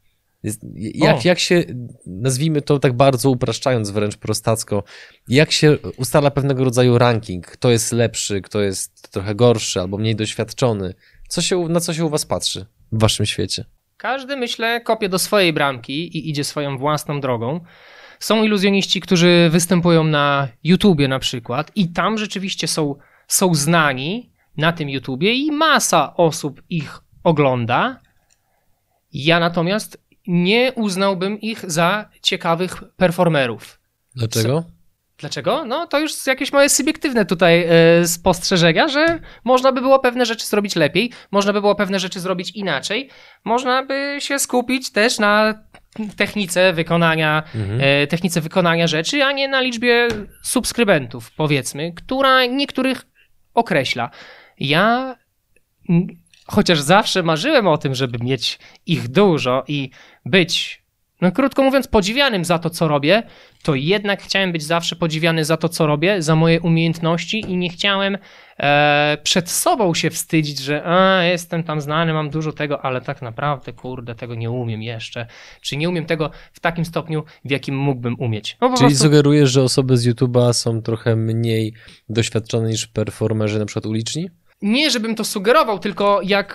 Jak, jak się, nazwijmy to tak bardzo upraszczając wręcz prostacko, jak się ustala pewnego rodzaju ranking? Kto jest lepszy, kto jest trochę gorszy albo mniej doświadczony? Co się, na co się u was patrzy w waszym świecie? Każdy, myślę, kopie do swojej bramki i idzie swoją własną drogą. Są iluzjoniści, którzy występują na YouTubie na przykład i tam rzeczywiście są, są znani na tym YouTubie i masa osób ich ogląda. Ja natomiast nie uznałbym ich za ciekawych performerów. Dlaczego? Co? Dlaczego? No to już jakieś moje subiektywne tutaj y, spostrzeżenia, że można by było pewne rzeczy zrobić lepiej, można by było pewne rzeczy zrobić inaczej, można by się skupić też na technice wykonania, mhm. y, technice wykonania rzeczy, a nie na liczbie subskrybentów, powiedzmy, która niektórych określa. Ja... Chociaż zawsze marzyłem o tym, żeby mieć ich dużo i być, no krótko mówiąc, podziwianym za to, co robię, to jednak chciałem być zawsze podziwiany za to, co robię, za moje umiejętności i nie chciałem e, przed sobą się wstydzić, że a, jestem tam znany, mam dużo tego, ale tak naprawdę, kurde, tego nie umiem jeszcze. Czy nie umiem tego w takim stopniu, w jakim mógłbym umieć. No, Czyli prostu... sugerujesz, że osoby z YouTube'a są trochę mniej doświadczone niż performerzy na przykład uliczni? Nie, żebym to sugerował, tylko jak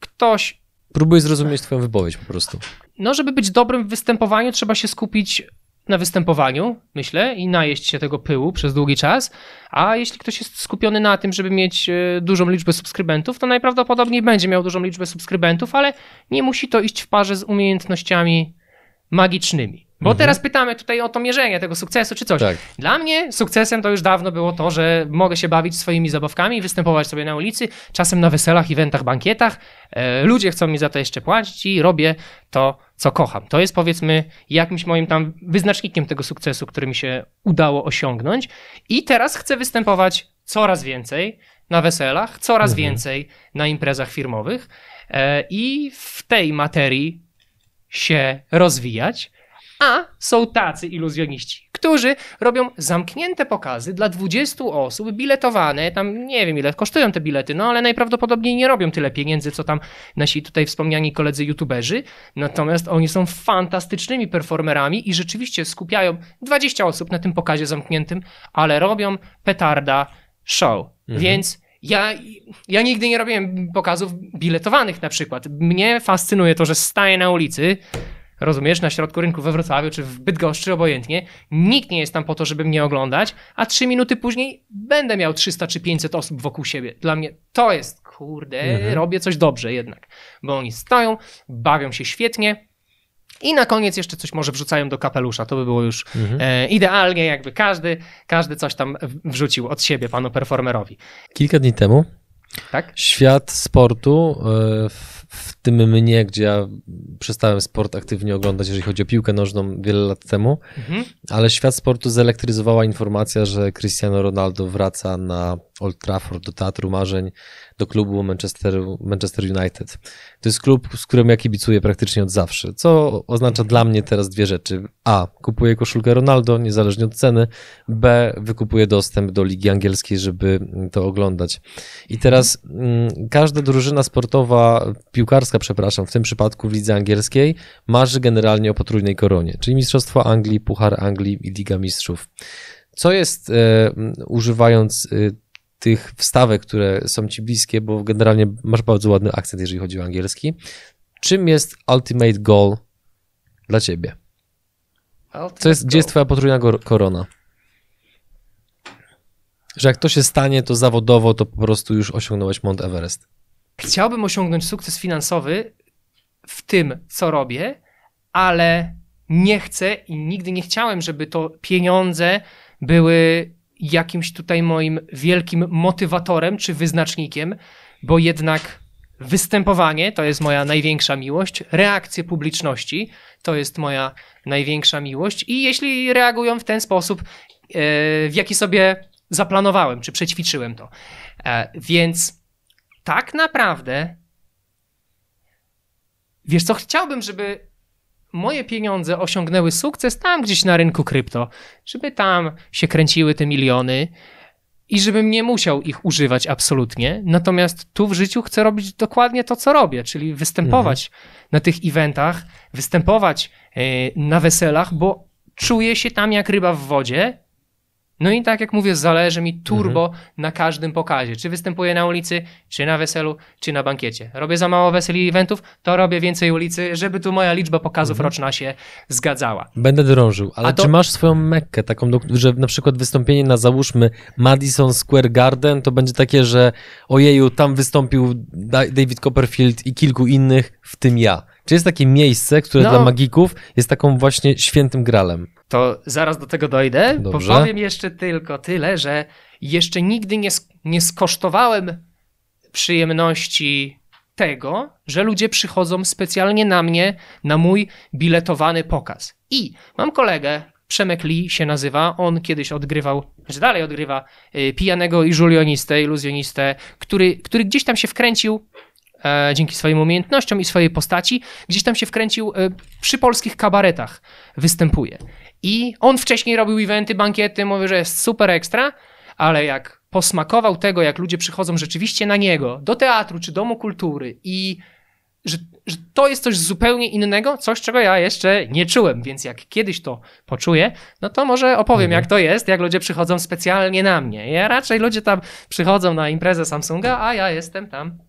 ktoś... Próbuję zrozumieć twoją wypowiedź po prostu. No, żeby być dobrym w występowaniu, trzeba się skupić na występowaniu, myślę, i najeść się tego pyłu przez długi czas, a jeśli ktoś jest skupiony na tym, żeby mieć dużą liczbę subskrybentów, to najprawdopodobniej będzie miał dużą liczbę subskrybentów, ale nie musi to iść w parze z umiejętnościami magicznymi. Bo mhm. teraz pytamy tutaj o to mierzenie tego sukcesu czy coś. Tak. Dla mnie sukcesem to już dawno było to, że mogę się bawić swoimi zabawkami, występować sobie na ulicy, czasem na weselach, eventach, bankietach. E, ludzie chcą mi za to jeszcze płacić i robię to, co kocham. To jest, powiedzmy, jakimś moim tam wyznacznikiem tego sukcesu, który mi się udało osiągnąć. I teraz chcę występować coraz więcej na weselach, coraz mhm. więcej na imprezach firmowych e, i w tej materii się rozwijać. A są tacy iluzjoniści, którzy robią zamknięte pokazy dla dwudziestu osób, biletowane, tam nie wiem ile kosztują te bilety, no ale najprawdopodobniej nie robią tyle pieniędzy, co tam nasi tutaj wspomniani koledzy youtuberzy, natomiast oni są fantastycznymi performerami i rzeczywiście skupiają dwadzieścia osób na tym pokazie zamkniętym, ale robią petarda show, mhm. więc ja, ja nigdy nie robiłem pokazów biletowanych na przykład. Mnie fascynuje to, że staję na ulicy, rozumiesz, na środku rynku we Wrocławiu czy w Bydgoszczy, obojętnie. Nikt nie jest tam po to, żeby mnie oglądać, a trzy minuty później będę miał trzysta czy pięćset osób wokół siebie. Dla mnie to jest, kurde, mhm. robię coś dobrze jednak, bo oni stoją, bawią się świetnie i na koniec jeszcze coś może wrzucają do kapelusza. To by było już mhm. e, idealnie, jakby każdy, każdy coś tam wrzucił od siebie panu performerowi. Kilka dni temu tak? Świat sportu, w tym mnie, gdzie ja przestałem sport aktywnie oglądać, jeżeli chodzi o piłkę nożną wiele lat temu, mhm. ale świat sportu zelektryzowała informacja, że Cristiano Ronaldo wraca na Old Trafford do Teatru Marzeń, do klubu Manchester, Manchester United. To jest klub, z którym ja kibicuję praktycznie od zawsze, co oznacza dla mnie teraz dwie rzeczy. A. Kupuję koszulkę Ronaldo, niezależnie od ceny. B. Wykupuję dostęp do Ligi Angielskiej, żeby to oglądać. I teraz mm, każda drużyna sportowa, piłkarska, przepraszam, w tym przypadku w Lidze Angielskiej, marzy generalnie o potrójnej koronie, czyli Mistrzostwo Anglii, Puchar Anglii i Liga Mistrzów. Co jest, e, używając e, tych wstawek, które są ci bliskie, bo generalnie masz bardzo ładny akcent, jeżeli chodzi o angielski. Czym jest ultimate goal dla ciebie? Co jest, gdzie jest twoja potrójna korona? Że jak to się stanie, to zawodowo, to po prostu już osiągnąłeś Mount Everest. Chciałbym osiągnąć sukces finansowy w tym, co robię, ale nie chcę i nigdy nie chciałem, żeby to pieniądze były jakimś tutaj moim wielkim motywatorem czy wyznacznikiem, bo jednak występowanie to jest moja największa miłość, reakcje publiczności to jest moja największa miłość i jeśli reagują w ten sposób, w jaki sobie zaplanowałem, czy przećwiczyłem to. Więc tak naprawdę, wiesz co, chciałbym, żeby moje pieniądze osiągnęły sukces tam gdzieś na rynku krypto, żeby tam się kręciły te miliony i żebym nie musiał ich używać absolutnie. Natomiast tu w życiu chcę robić dokładnie to, co robię, czyli występować mhm. na tych eventach, występować yy, na weselach, bo czuję się tam jak ryba w wodzie. No i tak jak mówię, zależy mi turbo mhm. na każdym pokazie. Czy występuję na ulicy, czy na weselu, czy na bankiecie. Robię za mało weseli i eventów, to robię więcej ulicy, żeby tu moja liczba pokazów mhm. roczna się zgadzała. Będę drążył, ale to... czy masz swoją Mekkę, taką, że na przykład wystąpienie na, załóżmy, Madison Square Garden, to będzie takie, że ojeju, tam wystąpił David Copperfield i kilku innych, w tym ja. Czy jest takie miejsce, które no, dla magików jest taką właśnie świętym gralem? To zaraz do tego dojdę. Dobrze. Powiem jeszcze tylko tyle, że jeszcze nigdy nie, nie skosztowałem przyjemności tego, że ludzie przychodzą specjalnie na mnie, na mój biletowany pokaz. I mam kolegę, Przemek Lee się nazywa, on kiedyś odgrywał, że dalej odgrywa y, pijanego i żulionistę, iluzjonistę, który, który gdzieś tam się wkręcił e, dzięki swoim umiejętnościom i swojej postaci, gdzieś tam się wkręcił e, przy polskich kabaretach, występuje. I on wcześniej robił eventy, bankiety, mówi, że jest super ekstra, ale jak posmakował tego, jak ludzie przychodzą rzeczywiście na niego, do teatru czy domu kultury i że, że to jest coś zupełnie innego, coś, czego ja jeszcze nie czułem, więc jak kiedyś to poczuję, no to może opowiem, mhm. jak to jest, jak ludzie przychodzą specjalnie na mnie. Ja raczej ludzie tam przychodzą na imprezę Samsunga, a ja jestem tam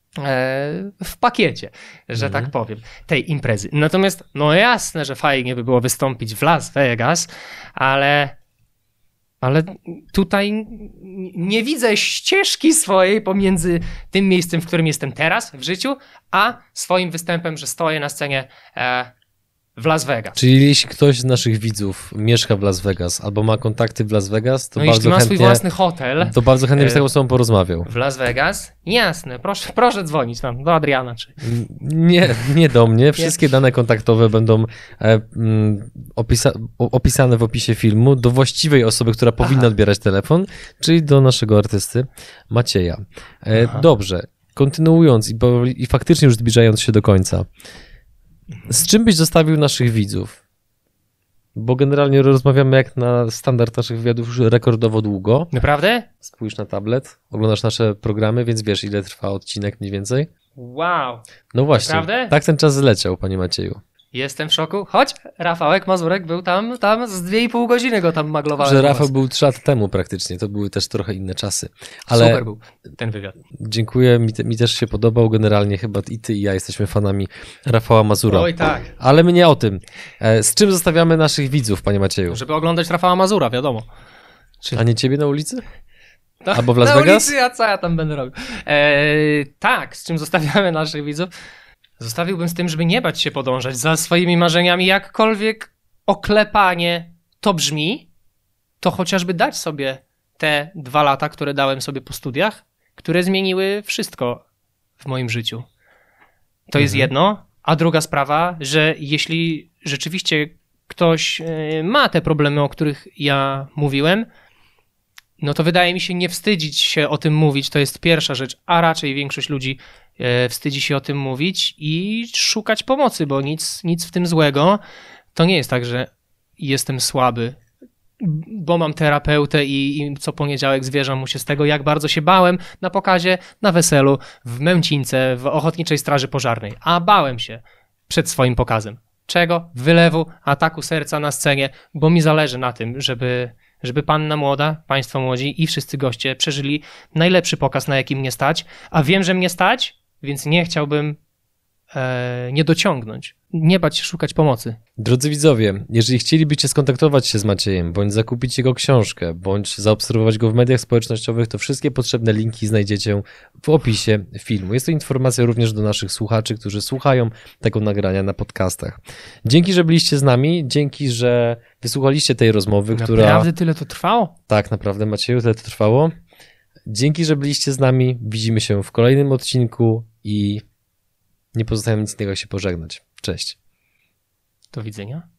w pakiecie, że mhm. tak powiem, tej imprezy. Natomiast no jasne, że fajnie by było wystąpić w Las Vegas, ale ale tutaj nie widzę ścieżki swojej pomiędzy tym miejscem, w którym jestem teraz w życiu, a swoim występem, że stoję na scenie e, w Las Vegas. Czyli jeśli ktoś z naszych widzów mieszka w Las Vegas albo ma kontakty w Las Vegas, to no bardzo jeśli ma chętnie, swój własny hotel, to bardzo chętnie z taką osobą porozmawiał. W Las Vegas? Jasne, proszę, proszę dzwonić tam do Adriana. Czy... Nie, nie do mnie. Wszystkie dane kontaktowe będą e, mm, opisa- opisane w opisie filmu do właściwej osoby, która powinna Aha. odbierać telefon, czyli do naszego artysty Macieja. E, dobrze, kontynuując i, bo, i faktycznie już zbliżając się do końca. Z czym byś zostawił naszych widzów? Bo generalnie rozmawiamy jak na standard naszych wywiadów już rekordowo długo. Naprawdę? Spójrz na tablet, oglądasz nasze programy, więc wiesz, ile trwa odcinek mniej więcej. Wow. No właśnie, Naprawdę? Tak ten czas zleciał, panie Macieju. Jestem w szoku, choć Rafałek Mazurek był tam, tam z dwie i pół godziny go tam maglowałem. Że Rafał był trzy lata temu praktycznie, to były też trochę inne czasy. Ale super był ten wywiad. Dziękuję, mi, te, mi też się podobał, generalnie chyba i ty i ja jesteśmy fanami Rafała Mazura. Oj tak. Ale my nie o tym. Z czym zostawiamy naszych widzów, panie Macieju? Żeby oglądać Rafała Mazura, wiadomo. Czy... A nie ciebie na ulicy? No, albo w Las na Vegas? Ulicy, a co ja tam będę robił? Eee, tak, z czym zostawiamy naszych widzów? Zostawiłbym z tym, żeby nie bać się podążać za swoimi marzeniami, jakkolwiek oklepanie to brzmi, to chociażby dać sobie te dwa lata, które dałem sobie po studiach, które zmieniły wszystko w moim życiu. To mhm. jest jedno, a druga sprawa, że jeśli rzeczywiście ktoś ma te problemy, o których ja mówiłem, no to wydaje mi się nie wstydzić się o tym mówić, to jest pierwsza rzecz, a raczej większość ludzi e, wstydzi się o tym mówić i szukać pomocy, bo nic, nic w tym złego. To nie jest tak, że jestem słaby, bo mam terapeutę i, i co poniedziałek zwierzam mu się z tego, jak bardzo się bałem na pokazie, na weselu, w Męcince, w Ochotniczej Straży Pożarnej, a bałem się przed swoim pokazem. Czego? Wylewu, ataku serca na scenie, bo mi zależy na tym, żeby... żeby panna młoda, państwo młodzi i wszyscy goście przeżyli najlepszy pokaz, na jaki mnie stać, a wiem, że mnie stać, więc nie chciałbym e, nie dociągnąć, nie bać się szukać pomocy. Drodzy widzowie, jeżeli chcielibyście skontaktować się z Maciejem, bądź zakupić jego książkę, bądź zaobserwować go w mediach społecznościowych, to wszystkie potrzebne linki znajdziecie w opisie filmu. Jest to informacja również do naszych słuchaczy, którzy słuchają tego nagrania na podcastach. Dzięki, że byliście z nami, dzięki, że wysłuchaliście tej rozmowy, naprawdę która... Naprawdę tyle to trwało? Tak, naprawdę, Macieju, tyle to trwało. Dzięki, że byliście z nami, widzimy się w kolejnym odcinku i nie pozostaje nic innego jak się pożegnać. Cześć. Do widzenia.